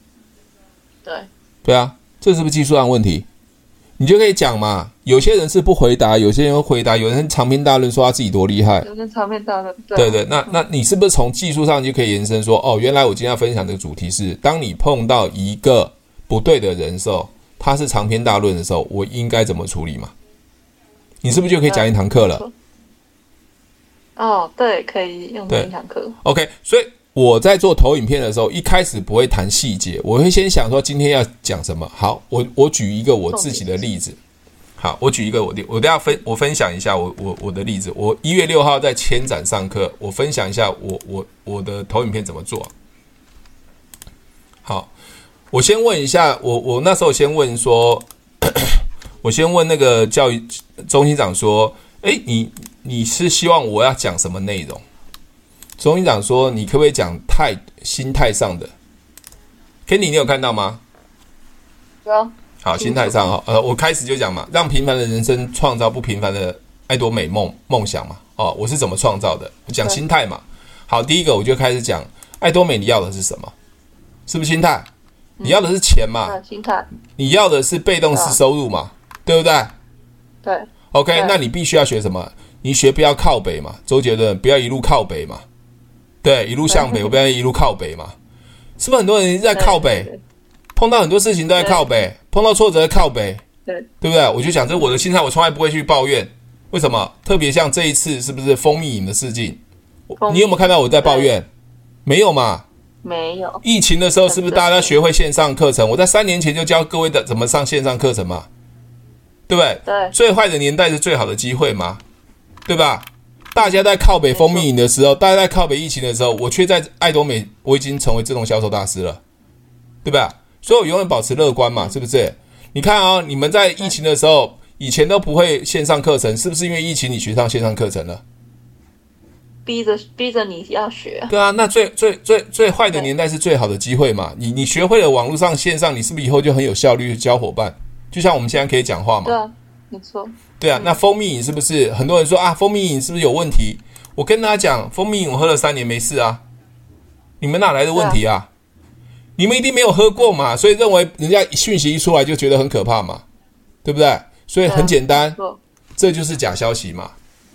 对啊，这是不是技术上的问题？你就可以讲嘛，有些人是不回答，有些人会回答，有人长篇大论说他自己多厉害， 有人长篇大论， 对，那你是不是从技术上就可以延伸说，原来我今天要分享这个主题是，当你碰到一个不对的人的时候，他是长篇大论的时候，我应该怎么处理嘛？你是不是就可以讲一堂课了？ 对，可以用这一堂课。 OK， 所以我在做投影片的时候，一开始不会谈细节，我会先想说今天要讲什么。好，我举一个我自己的例子。好，我举一个我等一下我分享一下我的例子。我1月6号在千展上课，我分享一下我的投影片怎么做。好，我先问一下，我那时候先问说，我先问那个教育中心长说，你是希望我要讲什么内容？中心长说，你可不可以讲心态上的 ？Kenny， 你有看到吗？ 有。 好，心态上我开始就讲嘛，让平凡的人生创造不平凡的爱多美梦想嘛。我是怎么创造的？我讲心态嘛。好，第一个我就开始讲爱多美，你要的是什么？是不是心态？你要的是钱嘛？ 心态。 你要的是被动式收入嘛？对不对？ 对。 OK， 那你必须要学什么？你学不要靠北嘛，周杰伦不要一路靠北嘛，对，一路向北，我不要一路靠北嘛。是不是很多人在靠北？碰到很多事情都在靠北，碰到挫折在靠北，对不对？我就讲这是我的心态，我从来不会去抱怨。为什么？特别像这一次，是不是蜂蜜饮的事情？你有没有看到我在抱怨？没有嘛？ 没有。 疫情的时候，是不是大家学会线上课程？我在3年前就教各位的怎么上线上课程嘛，对不对？ 对。 最坏的年代是最好的机会嘛，对吧？大家在靠北蜂蜜饮的时候，大家在靠北疫情的时候，我却在爱多美，我已经成为自动销售大师了，对吧？所以我永远保持乐观嘛，是不是？你看你们在疫情的时候，以前都不会线上课程，是不是因为疫情你学上线上课程了？ 逼着你要学。 对啊，那最坏的年代是最好的机会嘛。你学会了网络上线上，你是不是以后就很有效率教伙伴？就像我们现在可以讲话嘛。 对啊，没错。 对啊，那蜂蜜饮是不是很多人说蜂蜜饮是不是有问题？我跟大家讲，蜂蜜饮我喝了3年没事啊，你们哪来的问题啊？你们一定没有喝过嘛，所以认为人家讯息一出来就觉得很可怕嘛，对不对？所以很简单，这就是假消息嘛，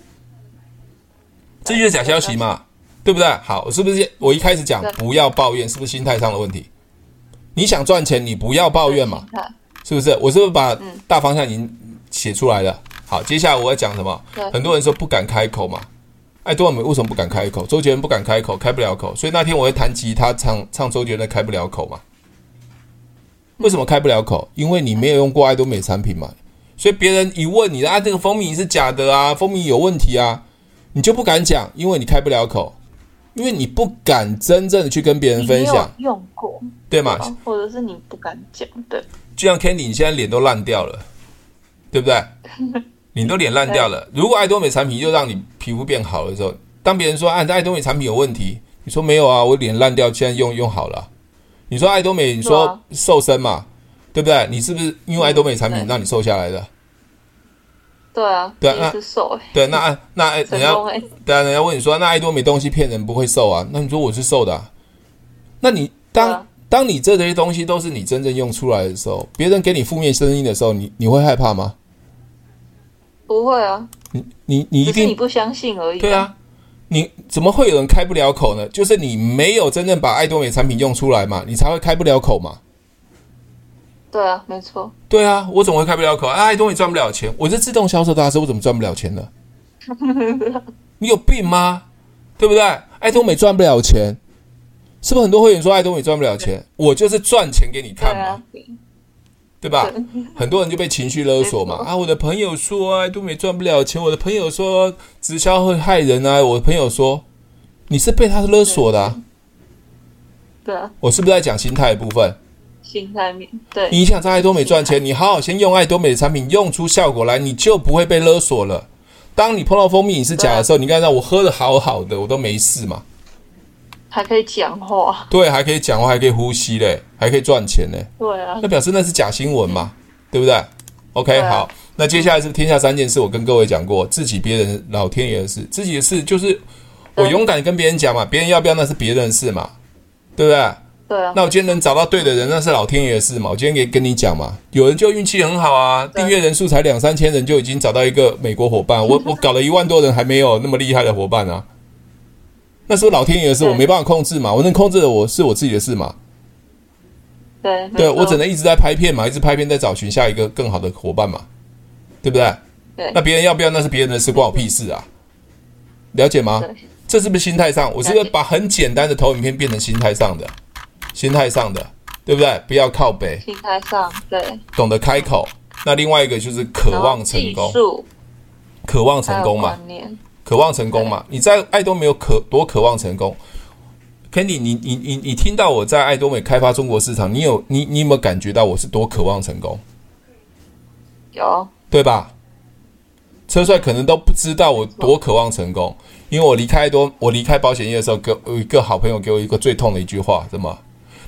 这就是假消息嘛，对不对？好，是不是我一开始讲不要抱怨，是不是心态上的问题？你想赚钱，你不要抱怨嘛，是不是？我是不是把大方向已经写出来了？好，接下来我要讲什么？很多人说不敢开口嘛，爱多美为什么不敢开口？周杰伦不敢开口，开不了口，所以那天我会弹吉他唱周杰伦开不了口嘛。为什么开不了口？因为你没有用过爱多美产品嘛，所以别人一问你这个蜂蜜是假的啊，蜂蜜有问题啊，你就不敢讲，因为你开不了口，因为你不敢真正的去跟别人分享。 你没有用过， 对吗？ 或者是你不敢讲，对。 就像 Candy， 你现在脸都烂掉了，对不对？你都脸烂掉了。如果爱多美产品又让你皮肤变好的时候，当别人说爱多美产品有问题，你说没有啊，我脸烂掉，现在用好了。你说爱多美，你说瘦身嘛，对不对？你是不是因为爱多美产品让你瘦下来的？ 对啊，对啊，是瘦对，那人家对啊，人家问你说，那爱多美东西骗人不会瘦啊？那你说我是瘦的啊？那你当你这些东西都是你真正用出来的时候，别人给你负面声音的时候，你会害怕吗？ 不会啊， 你一定只是你不相信而已。 对啊，你怎么会有人开不了口呢？就是你没有真正把爱多美产品用出来嘛，你才会开不了口嘛。 对啊，没错。 对啊，我怎么会开不了口？爱多美赚不了钱，我是自动销售大师，我怎么赚不了钱呢？你有病吗？对不对？爱多美赚不了钱，是不是很多会员说爱多美赚不了钱？我就是赚钱给你看嘛。对吧？很多人就被情绪勒索嘛。我的朋友说爱多美赚不了钱，我的朋友说直销会害人啊，我的朋友说你是被他勒索的啊。 对啊。 我是不是在讲心态的部分？ 心态面对。 你想在爱多美赚钱，你好好先用爱多美的产品，用出效果来，你就不会被勒索了。当你碰到蜂蜜你是假的时候，你看到我喝的好好的，我都没事嘛。 还可以讲话， 对，还可以讲话，还可以呼吸嘞，还可以赚钱嘞。 对啊， 那表示那是假新闻嘛，对不对 ？OK， 好，那接下来是天下3件事，我跟各位讲过，自己、别人、老天爷的事。自己的事就是我勇敢跟别人讲嘛，别人要不要那是别人的事嘛，对不对？ 对啊。 那我今天能找到对的人，那是老天爷的事嘛。我今天可以跟你讲嘛，有人就运气很好啊，订阅人数才2-3千人就已经找到一个美国伙伴，我搞了1万多人还没有那么厉害的伙伴啊。那是老天爷的事，我没办法控制嘛，我能控制的我是我自己的事嘛。对，我只能一直在拍片嘛，一直拍片在找寻下一个更好的伙伴嘛，对不对？ 对。 那别人要不要那是别人的事，关我屁事啊！了解吗？这是不是心态上？我是不是把很简单的投影片变成心态上的？心态上的，对不对？不要靠北。 心态上，对。 懂得开口。那另外一个就是渴望成功。渴望成功嘛。渴望成功嘛？你在爱多美有多渴望成功 ？Candy， 你听到我在爱多美开发中国市场，你有没有感觉到我是多渴望成功？ 有， 对吧？车帅可能都不知道我多渴望成功，因为我离开保险业的时候，有一个好朋友给我一个最痛的一句话，什么？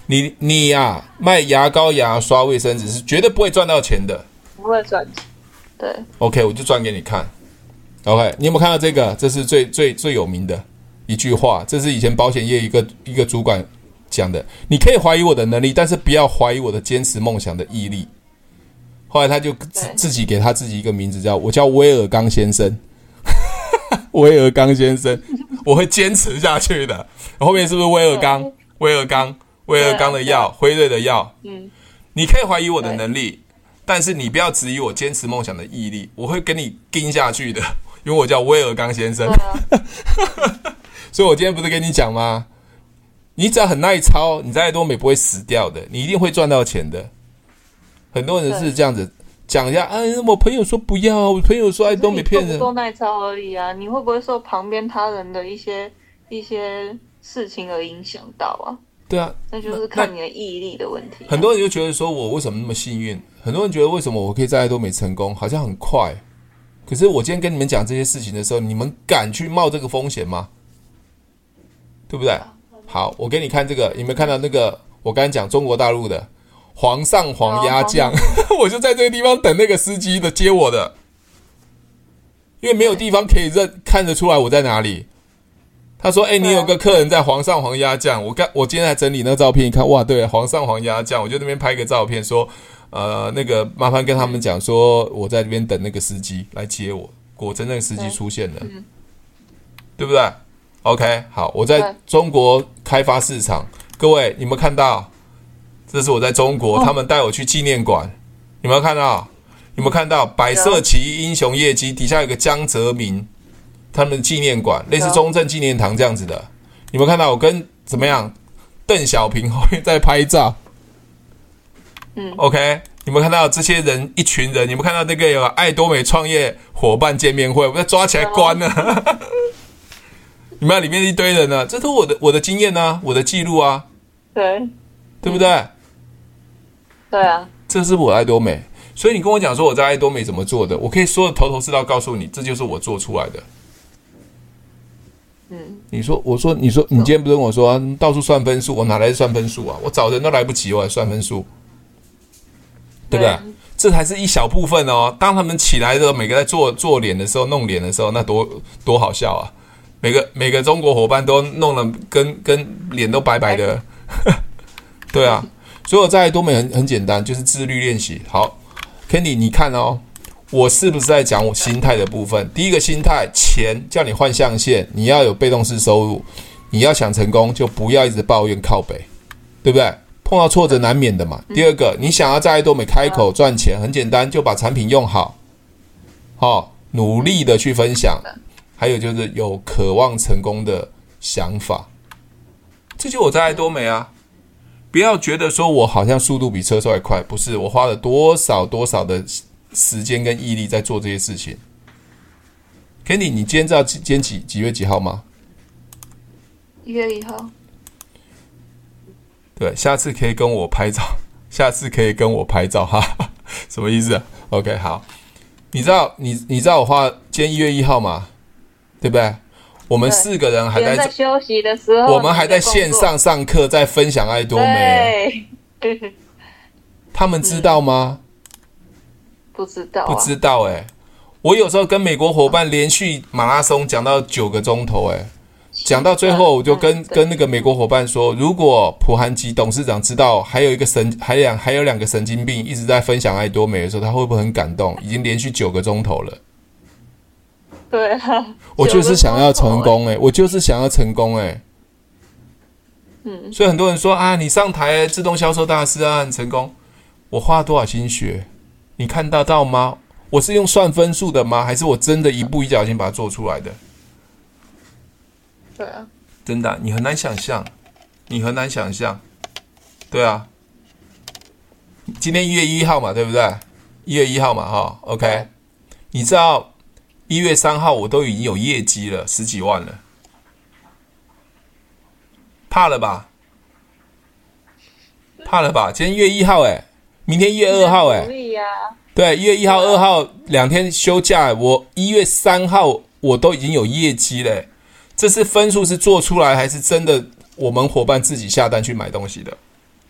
你呀、卖牙膏、牙刷、卫生纸是绝对不会赚到钱的。 不会赚钱。对 OK， 我就赚给你看。OK， 你有没有看到这个？这是最有名的一句话，这是以前保险业一个主管讲的。你可以怀疑我的能力，但是不要怀疑我的坚持梦想的毅力。后来他就自己给他自己一个名字，我叫威尔刚先生。威尔刚先生，我会坚持下去的。后面是不是威尔刚？威尔刚的药，辉瑞的药。你可以怀疑我的能力，但是你不要质疑我坚持梦想的毅力，我会跟你盯下去的，因为我叫威尔刚先生。所以我今天不是跟你讲吗？你只要很耐操，你在爱多美不会死掉的，你一定会赚到钱的。很多人是这样子讲一下，我朋友说不要，我朋友说爱多美骗人。 你够不够耐操而已啊，你会不会受旁边他人的一些事情而影响到啊？ 对啊， 那就是看你的毅力的问题。 很多人就觉得说我为什么那么幸运？很多人觉得为什么我可以在爱多美成功，好像很快。可是我今天跟你们讲这些事情的时候，你们敢去冒这个风险吗？对不对？好，我给你看这个，有没有看到那个？我刚才讲中国大陆的皇上皇鸭酱，我就在这个地方等那个司机的接我的，因为没有地方可以看得出来我在哪里。他说：“你有个客人在皇上皇鸭酱，我今天来整理那个照片，一看，哇，对，皇上皇鸭酱，我就那边拍一个照片，说，那个麻烦跟他们讲说，我在这边等那个司机来接我。果真那个司机出现了，对不对 ？OK， 好，我在中国开发市场，各位，你们看到？这是我在中国，他们带我去纪念馆，有没有看到？有没有看到百色起义英雄业绩底下有个江泽民？”他们的纪念馆类似中正纪念堂这样子的，你们看到我跟怎么样邓小平后面在拍照？OK， 你们看到这些人一群人，你们看到那个有爱多美创业伙伴见面会，我在抓起来关了。你们看里面一堆人呢，这都我的经验啊，我的记录啊，对不对？ 对啊， 这是我的爱多美，所以你跟我讲说我在爱多美怎么做的，我可以说的头头是道告诉你，这就是我做出来的。你说，你今天不是跟我说到处算分数，我哪来算分数啊？我找人都来不及，我还算分数，对不对？这才是一小部分哦。当他们起来的时候，每个在做脸的时候、弄脸的时候，那多好笑啊！每个中国伙伴都弄得跟脸都白白的，对啊。所以我在爱多美很简单，就是自律练习。好 ，Candy， 你看哦。我是不是在讲我心态的部分？第一个心态，钱叫你换象限，你要有被动式收入，你要想成功就不要一直抱怨靠北，对不对？碰到挫折难免的嘛。第二个，你想要在爱多美开口赚钱，很简单，就把产品用好，努力的去分享，还有就是有渴望成功的想法，这就我在爱多美啊。不要觉得说我好像速度比车手还快，不是，我花了多少的时间跟毅力在做这些事情。Candy， 你今天知道今天几月几号吗 ？1月1号。 对，下次可以跟我拍照，哈，什么意思？OK， 好。你知道我花今天1月1号吗？对不对？我们4个人还在休息的时候， 我们还在线上上课，在分享爱多美。他们知道吗？ 不知道、 不知道我有时候跟美国伙伴连续马拉松讲到9个钟头讲到最后我就跟那个美国伙伴说，如果普韩吉董事长知道还有2个神经病一直在分享爱多美的时候，他会不会很感动？已经连续9个钟头了。 对啊， 我就是想要成功我就是想要成功所以很多人说啊，你上台自动销售大师啊，很成功。我花了多少心血？你看得到吗？我是用算分数的吗？还是我真的一步一脚印把它做出来的？ 对啊， 真的，你很难想象，对啊。今天1月1号嘛，对不对？1月1号嘛，OK。你知道1月3号我都已经有业绩了，10几万了，怕了吧？今天1月1号明天1月2号对，1月1号、2号2天休假，我1月3号我都已经有业绩了这是分数是做出来，还是真的我们伙伴自己下单去买东西的？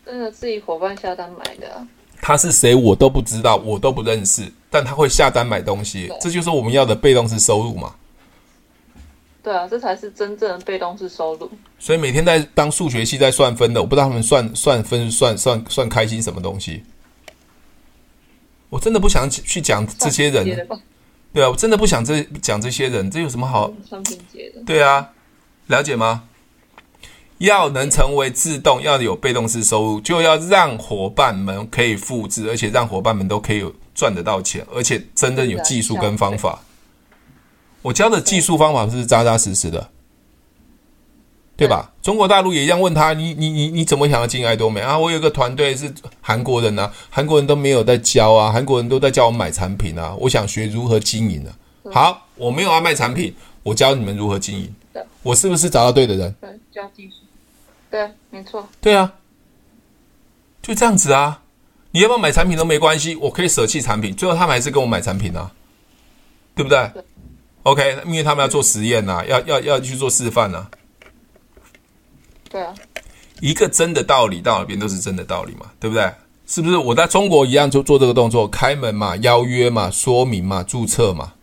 真的自己伙伴下单买的啊。 他是谁我都不知道，我都不认识，但他会下单买东西，这就是我们要的被动式收入嘛。 对啊，这才是真正的被动式收入。 所以每天在当数学系在算分的，我不知道他们算分算开心什么东西。我真的不想去讲这些人，对啊，我真的不想讲这些人，这有什么好？ 算平节的。 对啊，了解吗？要能成为自动，要有被动式收入，就要让伙伴们可以复制，而且让伙伴们都可以赚得到钱，而且真正有技术跟方法。我教的技术方法是扎扎实实的，对吧？中国大陆也一样问他，你怎么想要进爱多美啊？我有个团队是韩国人啊，韩国人都没有在教啊，韩国人都在教我们买产品啊，我想学如何经营啊。好，我没有要卖产品，我教你们如何经营。我是不是找到对的人？ 对，教技术。对，没错。 对啊，就这样子啊。你要不要买产品都没关系，我可以舍弃产品，最后他们还是跟我买产品啊，对不对？对 OK， 因为他们要做实验啊，要去做示范啊。 对啊， 一个真的道理到哪边都是真的道理嘛，对不对？是不是？我在中国一样就做这个动作，开门嘛，邀约嘛，说明嘛，注册嘛。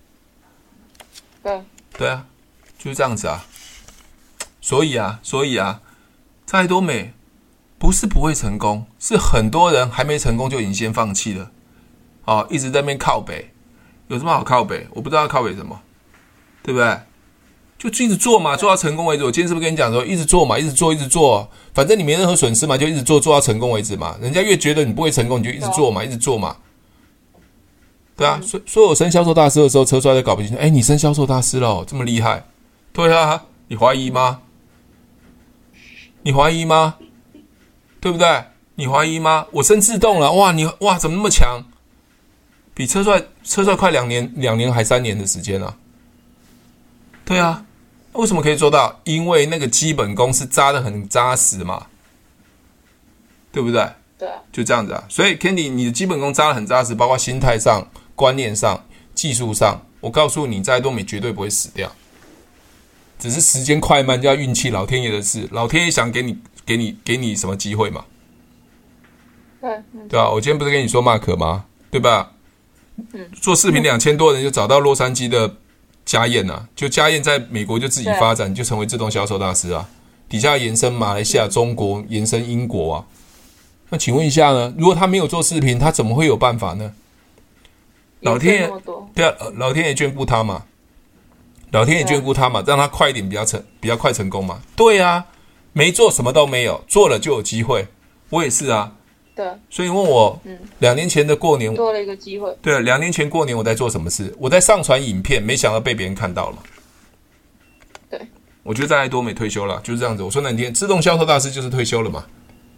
对啊，就是这样子啊。所以啊，在爱多美不是不会成功，是很多人还没成功就已经先放弃了。哦，一直在那边靠北，有什么好靠北？我不知道要靠北什么。对不对？就一直做嘛，做到成功为止。我今天是不是跟你讲说，一直做嘛，一直做，反正你没任何损失嘛，就一直做到成功为止嘛。人家越觉得你不会成功，你就一直做嘛，一直做嘛。对啊，所以我升销售大师的时候，车出来都搞不清楚。哎，你升销售大师了，这么厉害？对啊，你怀疑吗？你怀疑吗？对不对？你怀疑吗？我升自动了，哇，怎么那么强？比车帅快2年还3年的时间啊！对啊，为什么可以做到？因为那个基本功是扎得很扎实嘛，对不对？ 对啊， 就这样子啊。所以 Candy， 你的基本功扎得很扎实，包括心态上、观念上、技术上，我告诉你，在多美绝对不会死掉，只是时间快慢要运气，老天爷的事。老天爷想给你什么机会嘛？对啊，我今天不是跟你说 Mark 吗？对吧？做视频2000多人就找到洛杉矶的家燕啊，就家燕在美国就自己发展，就成为自动销售大师啊。底下延伸马来西亚、中国，延伸英国啊。那请问一下呢？如果他没有做视频，他怎么会有办法呢？老天爷，对啊，老天爷眷顾他嘛，让他快一点，比较快成功嘛。对啊，没做什么都没有，做了就有机会。我也是啊。 对， 所以问我，2年前的过年多了一个机会。 对，2年前过年我在做什么事？我在上传影片，没想到被别人看到了。 对， 我觉得在爱多美退休了，就是这样子。我说难听，自动销售大师就是退休了嘛。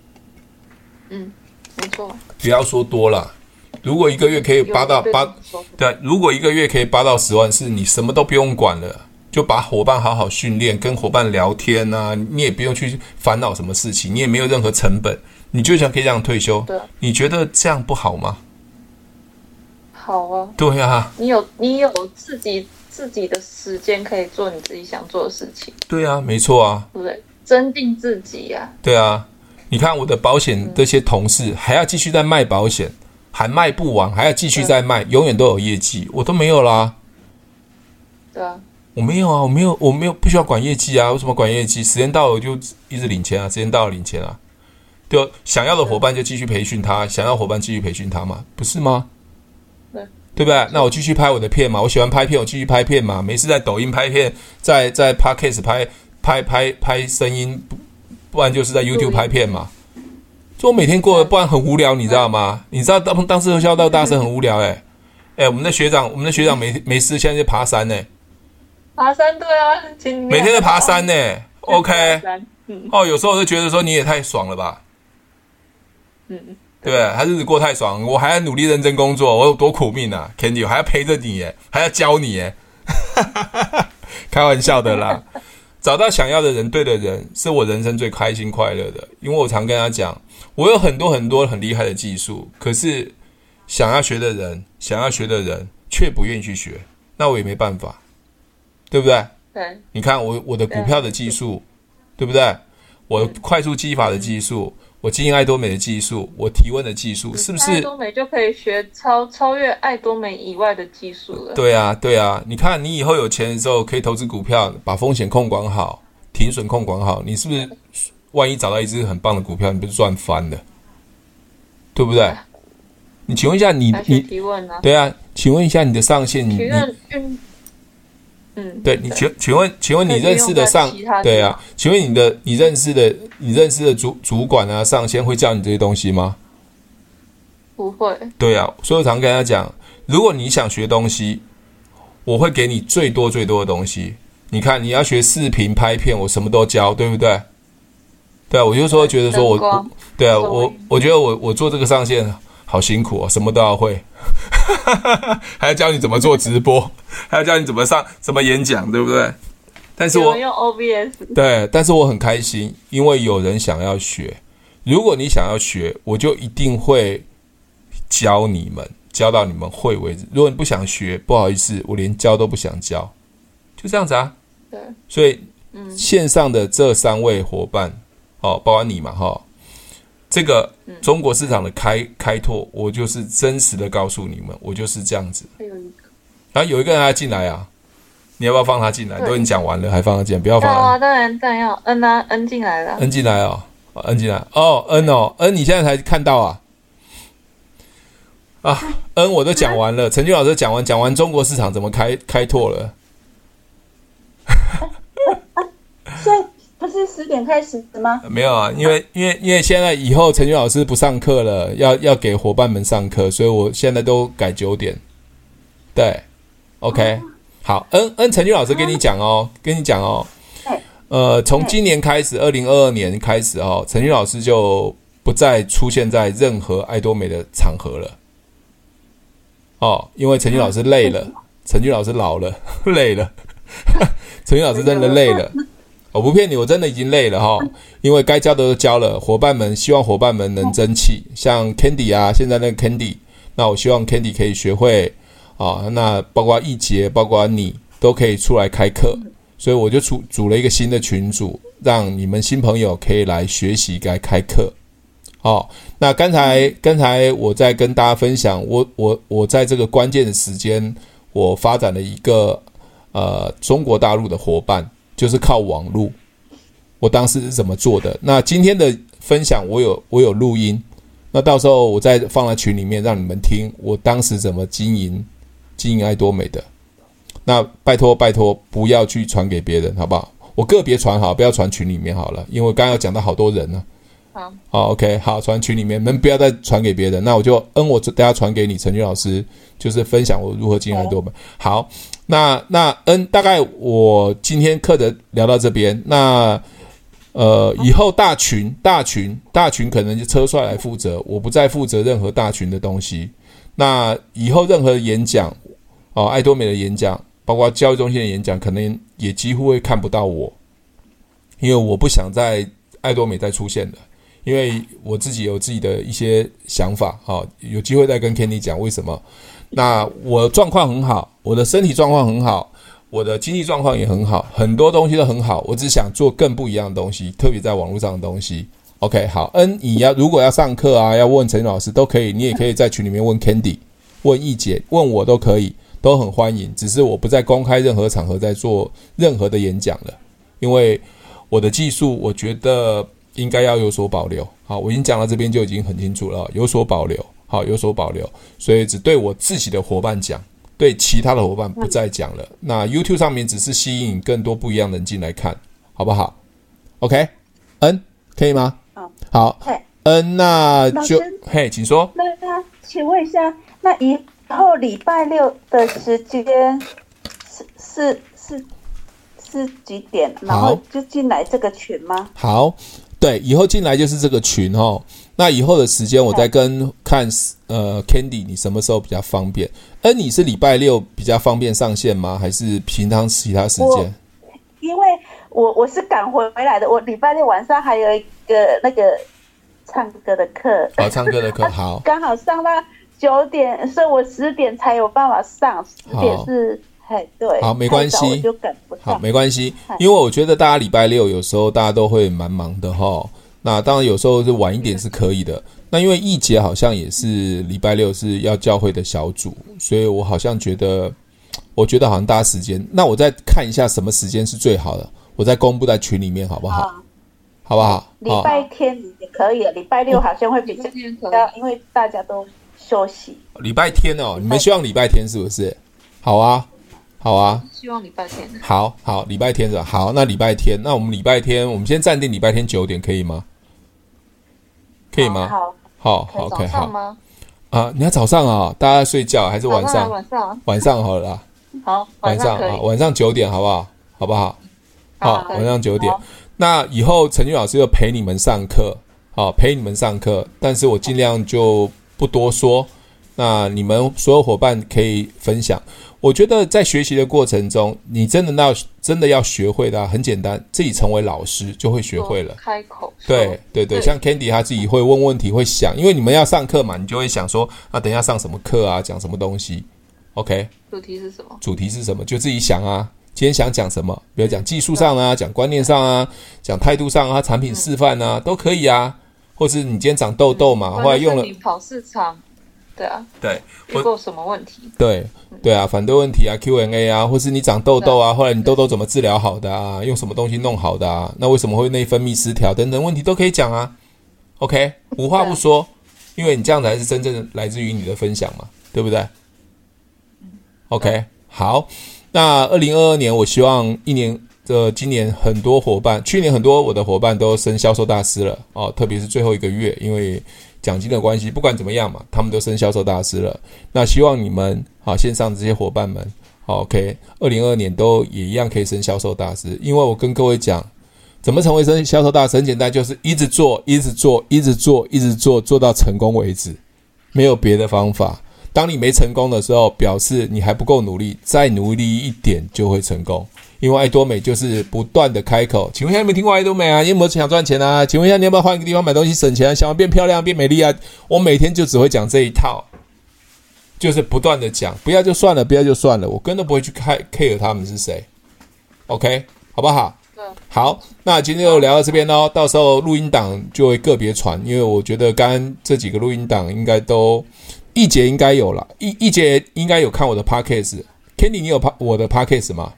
没错。 不要说多了，如果一个月可以对，如果一个月可以8到10万，是你什么都不用管了，就把伙伴好好训练，跟伙伴聊天啊，你也不用去烦恼什么事情，你也没有任何成本。你就想可以这样退休，你觉得这样不好吗？ 好啊。 对啊， 你有自己的时间可以做你自己想做的事情。 对啊，没错啊， 对不对？增进自己啊。 对啊，你看我的保险这些同事还要继续在卖保险，还卖不完，还要继续在卖，永远都有业绩，我都没有啦。 对啊。 我没有啊，我没有不需要管业绩啊，为什么管业绩？时间到了就一直领钱啊，时间到了领钱啊。就想要的伙伴就继续培训他，想要伙伴继续培训他嘛，不是吗？对不对？那我继续拍我的片嘛，我喜欢拍片，我继续拍片嘛，没事在抖音拍片，在 Podcast 拍声音，不然就是在 YouTube 拍片嘛。就我每天过得不然很无聊，你知道吗？你知道当时销售大师很无聊我们的学长没事现在在爬山爬山对啊， 每天在爬山OK， 有时候我就觉得说你也太爽了吧。对不对？他日子过太爽，我还要努力认真工作，我有多苦命啊 ！Candy， 我还要陪着你还要教你开玩笑的啦。找到想要的人，对的人，是我人生最开心快乐的。因为我常跟他讲，我有很多很厉害的技术，可是想要学的人却不愿意去学，那我也没办法，对不对？ 对。 你看我的股票的技术，对不对？我快速技法的技术。 我经营爱多美的技术，我提问的技术，是不是爱多美就可以学超越爱多美以外的技术了？ 对啊，对啊，你看你以后有钱的时候可以投资股票，把风险控管好，停损控管好，你是不是万一找到一只很棒的股票，你不是赚翻了？对不对？你请问一下你提问啊？ 对啊，请问一下你的上限， 提问对你请问你认识的对啊，请问你认识的主管啊上线会教你这些东西吗？ 不会。 对啊，所以我常跟他讲，如果你想学东西，我会给你最多的东西。你看你要学视频拍片，我什么都教，对不对？对啊，我就说觉得说对啊，我觉得我做这个上线好辛苦哦，什么都要会。还要教你怎么做直播，还要教你怎么演讲，对不对？但是我用 OBS， 对，但是我很开心，因为有人想要学。如果你想要学，我就一定会教你们，教到你们会为止。如果你不想学，不好意思，我连教都不想教，就这样子啊。 对， 所以线上的这3位伙伴，包括你嘛，这个中国市场的开拓，我就是真实的告诉你们，我就是这样子。有一个人还进来啊，你要不要放他进来？都已经讲完了，还放他进来？不要放他。 啊，当然要。恩进来了。 恩进来哦，恩进来哦，恩你现在才看到啊？恩我都讲完了，陈俊老师讲完中国市场怎么开拓了。 所以不是10点开始的吗？ 没有啊，因为现在以后陈俊老师不上课了，要给伙伴们上课，所以我现在都改9点。对 ，OK， 好，陈俊老师跟你讲哦，从今年开始，2022年开始陈俊老师就不再出现在任何爱多美的场合了。因为陈俊老师累了，陈俊老师老了，累了，陈俊老师真的累了。我不骗你，我真的已经累了因为该教的都教了，希望伙伴们能争气。像 Candy 啊，现在那个 Candy， 那我希望 Candy 可以学会那包括易杰，包括你都可以出来开课，所以我就组了一个新的群组，让你们新朋友可以来学习，来开课。那刚才我在跟大家分享，我在这个关键的时间，我发展了一个中国大陆的伙伴。就是靠网路，我当时是怎么做的？那今天的分享我有录音，那到时候我再放在群里面让你们听，我当时怎么经营爱多美的。那拜托不要去传给别人，好不好？我个别传好，不要传群里面好了，因为我刚刚有讲到好多人呢。好 OK， 好，传群里面，你们不要再传给别人。那我就我等下传给你，陈俊老师，就是分享我如何经营爱多美。好。那大概我今天课的聊到这边。那以后大群可能就车帅来负责，我不再负责任何大群的东西。那以后任何演讲爱多美的演讲，包括教育中心的演讲，可能也几乎会看不到我，因为我不想在爱多美再出现了，因为我自己有自己的一些想法有机会再跟 Kenny 讲为什么。那我状况很好，我的身体状况很好，我的经济状况也很好，很多东西都很好，我只想做更不一样的东西，特别在网络上的东西。OK， 好，你如果要上课啊，要问陈老师都可以，你也可以在群里面问 Candy， 问易姐，问我都可以，都很欢迎。只是我不再公开任何场合在做任何的演讲了，因为我的技术我觉得应该要有所保留。好，我已经讲到这边就已经很清楚了，有所保留。好，有所保留，所以只对我自己的伙伴讲，对其他的伙伴不再讲了。那 YouTube 上面只是吸引更多不一样的人进来看，好不好 ？OK， 可以吗？好，那就请说。 那请问一下，那以后礼拜6的时间是几点？然后就进来这个群吗？ 好，对，以后进来就是这个群那以后的时间我再看Candy 你什么时候比较方便？你是礼拜6比较方便上线吗？还是平常其他时间？ 因为我是赶回来的，我礼拜6晚上还有一个那个唱歌的课。 唱歌的课好。 刚好上到9点，所以我10点才有办法上。10点是对。 好，没关系。 我就赶不上。 好，没关系，因为我觉得大家礼拜6有时候大家都会蛮忙的那当然有时候是晚一点是可以的。那因为义杰好像也是礼拜六是要教会的小组，所以我好像觉得好像大家时间，那我再看一下什么时间是最好的，我再公布在群里面好不好？好不好？ 礼拜天也可以，礼拜六好像会比较，因为大家都休息。 礼拜天哦，你们希望礼拜天是不是？好啊，好啊， 希望礼拜天。 好，礼拜天是吧？好，那礼拜天，那我们礼拜天，我们先暂定礼拜天9点，可以吗？可以吗？好 ，OK， 好。你要早上啊？大家睡觉还是晚上？晚上好了啦。 好，晚上可以。 晚上9点好不好？好不好？好，晚上9点。那以后陈俊老师就陪你们上课，陪你们上课，但是我尽量就不多说。那你们所有伙伴可以分享。我觉得在学习的过程中，你真的要学会的很简单，自己成为老师就会学会了。 开口。 对，像 Candy 他自己会问问题，会想，因为你们要上课嘛，你就会想说等一下上什么课啊，讲什么东西。OK。 主题是什么？ 就自己想啊。今天想讲什么？比如讲技术上啊，讲观念上啊，讲态度上啊，产品示范啊，都可以啊。或是你今天长痘痘嘛，后来用了你跑市场，对啊， 对， 遇过什么问题？ 对啊，反对问题啊 ，Q&A 啊，或是你长痘痘啊，后来你痘痘怎么治疗好的啊？用什么东西弄好的啊？那为什么会内分泌失调等等问题都可以讲啊。OK， 无话不说，因为你这样才是真正来自于你的分享嘛，对不对？OK， 好。那2022年，我希望今年很多伙伴，去年很多我的伙伴都升销售大师了特别是最后1个月，因为奖金的关系，不管怎么样嘛，他们都升销售大师了。那希望你们线上这些伙伴们，OK， 2022年都也一样可以升销售大师。因为我跟各位讲，怎么成为升销售大师，很简单，就是一直做，做到成功为止，没有别的方法。当你没成功的时候，表示你还不够努力，再努力一点就会成功。因为爱多美就是不断的开口，请问一下有没有听过爱多美啊？你有没有想赚钱啊？请问一下你要不要换一个地方买东西省钱啊？想要变漂亮变美丽啊？我每天就只会讲这一套，就是不断的讲，不要就算了，我根本都不会去care 他们是谁。OK， 好不好？好，那今天就聊到这边咯，到时候录音档就会个别传，因为我觉得刚刚这几个录音档应该都一节应该有啦，一节应该有看我的 podcast。Kenny， 你有我的 podcast 吗？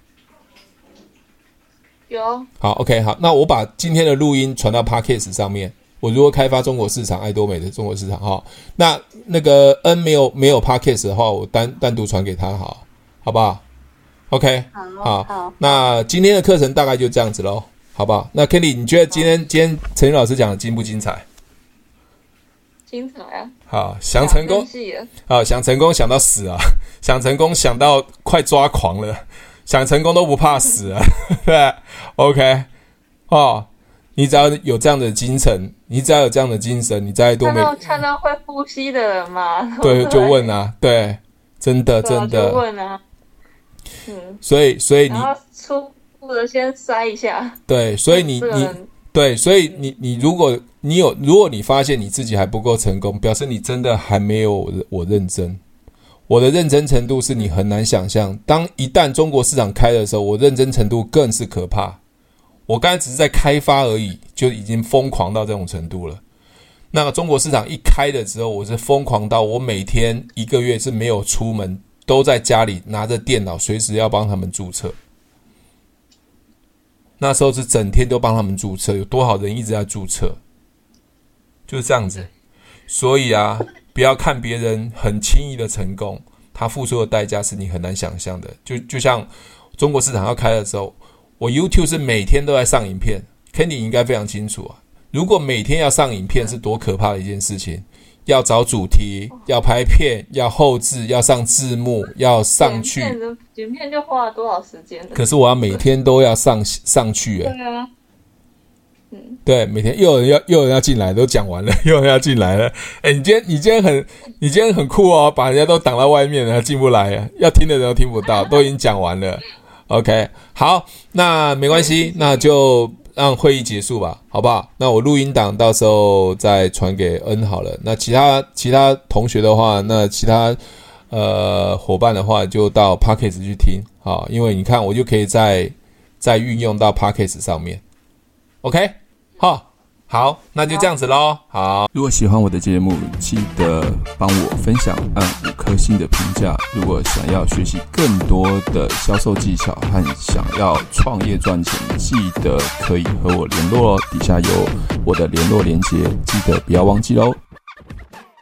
有。 好 ，OK， 好，那我把今天的录音传到 podcast 上面。我如果开发中国市场，爱多美的中国市场那个 N 没有 podcast 的话，我单独传给他，好不好 ？OK， 好，那今天的课程大概就这样子咯，好不好？那 Kenny， 你觉得今天陈宇老师讲的精不精彩？ 精彩啊！ 好，想成功，想成功想到死啊！想成功想到快抓狂了，想成功都不怕死啊！对 ，OK， 你只要有这样的精神，你在多美看到会呼吸的人嘛？ 对，就问啊，对，真的， 就问啊， 所以你然后初步的先筛一下， 对，所以你如果你发现你自己还不够成功，表示你真的还没有我认真。我的认真程度是你很难想象，一旦中国市场开的时候，我认真程度更是可怕。我刚才只是在开发而已，就已经疯狂到这种程度了。那个中国市场一开的时候，我是疯狂到我每天1个月是没有出门，都在家里拿着电脑，随时要帮他们注册。那时候是整天都帮他们注册，有多少人一直在注册，就是这样子。所以不要看别人很轻易的成功，他付出的代价是你很难想象的。就像中国市场要开的时候，我 YouTube 是每天都在上影片 ，Kenny 应该非常清楚如果每天要上影片是多可怕的一件事情，要找主题，要拍片，要后制，要上字幕，要上去。 剪片就花了多少时间？ 可是我要每天都要上去对啊。 对，每天又有人要进来，都讲完了，又有人要进来了。你今天很酷把人家都挡在外面了，进不来，要听的人都听不到，都已经讲完了。OK， 好，那没关系，那就让会议结束吧，好不好？那我录音档到时候再传给 N 好了。那其他同学的话，那其他伙伴的话，就到 Podcast 去听因为你看我就可以再运用到 Podcast 上面。OK， 好， 好，那就这样子咯。好，如果喜欢我的节目，记得帮我分享，按5颗星的评价。如果想要学习更多的销售技巧和想要创业赚钱，记得可以和我联络哦，底下有我的联络连结，记得不要忘记哦。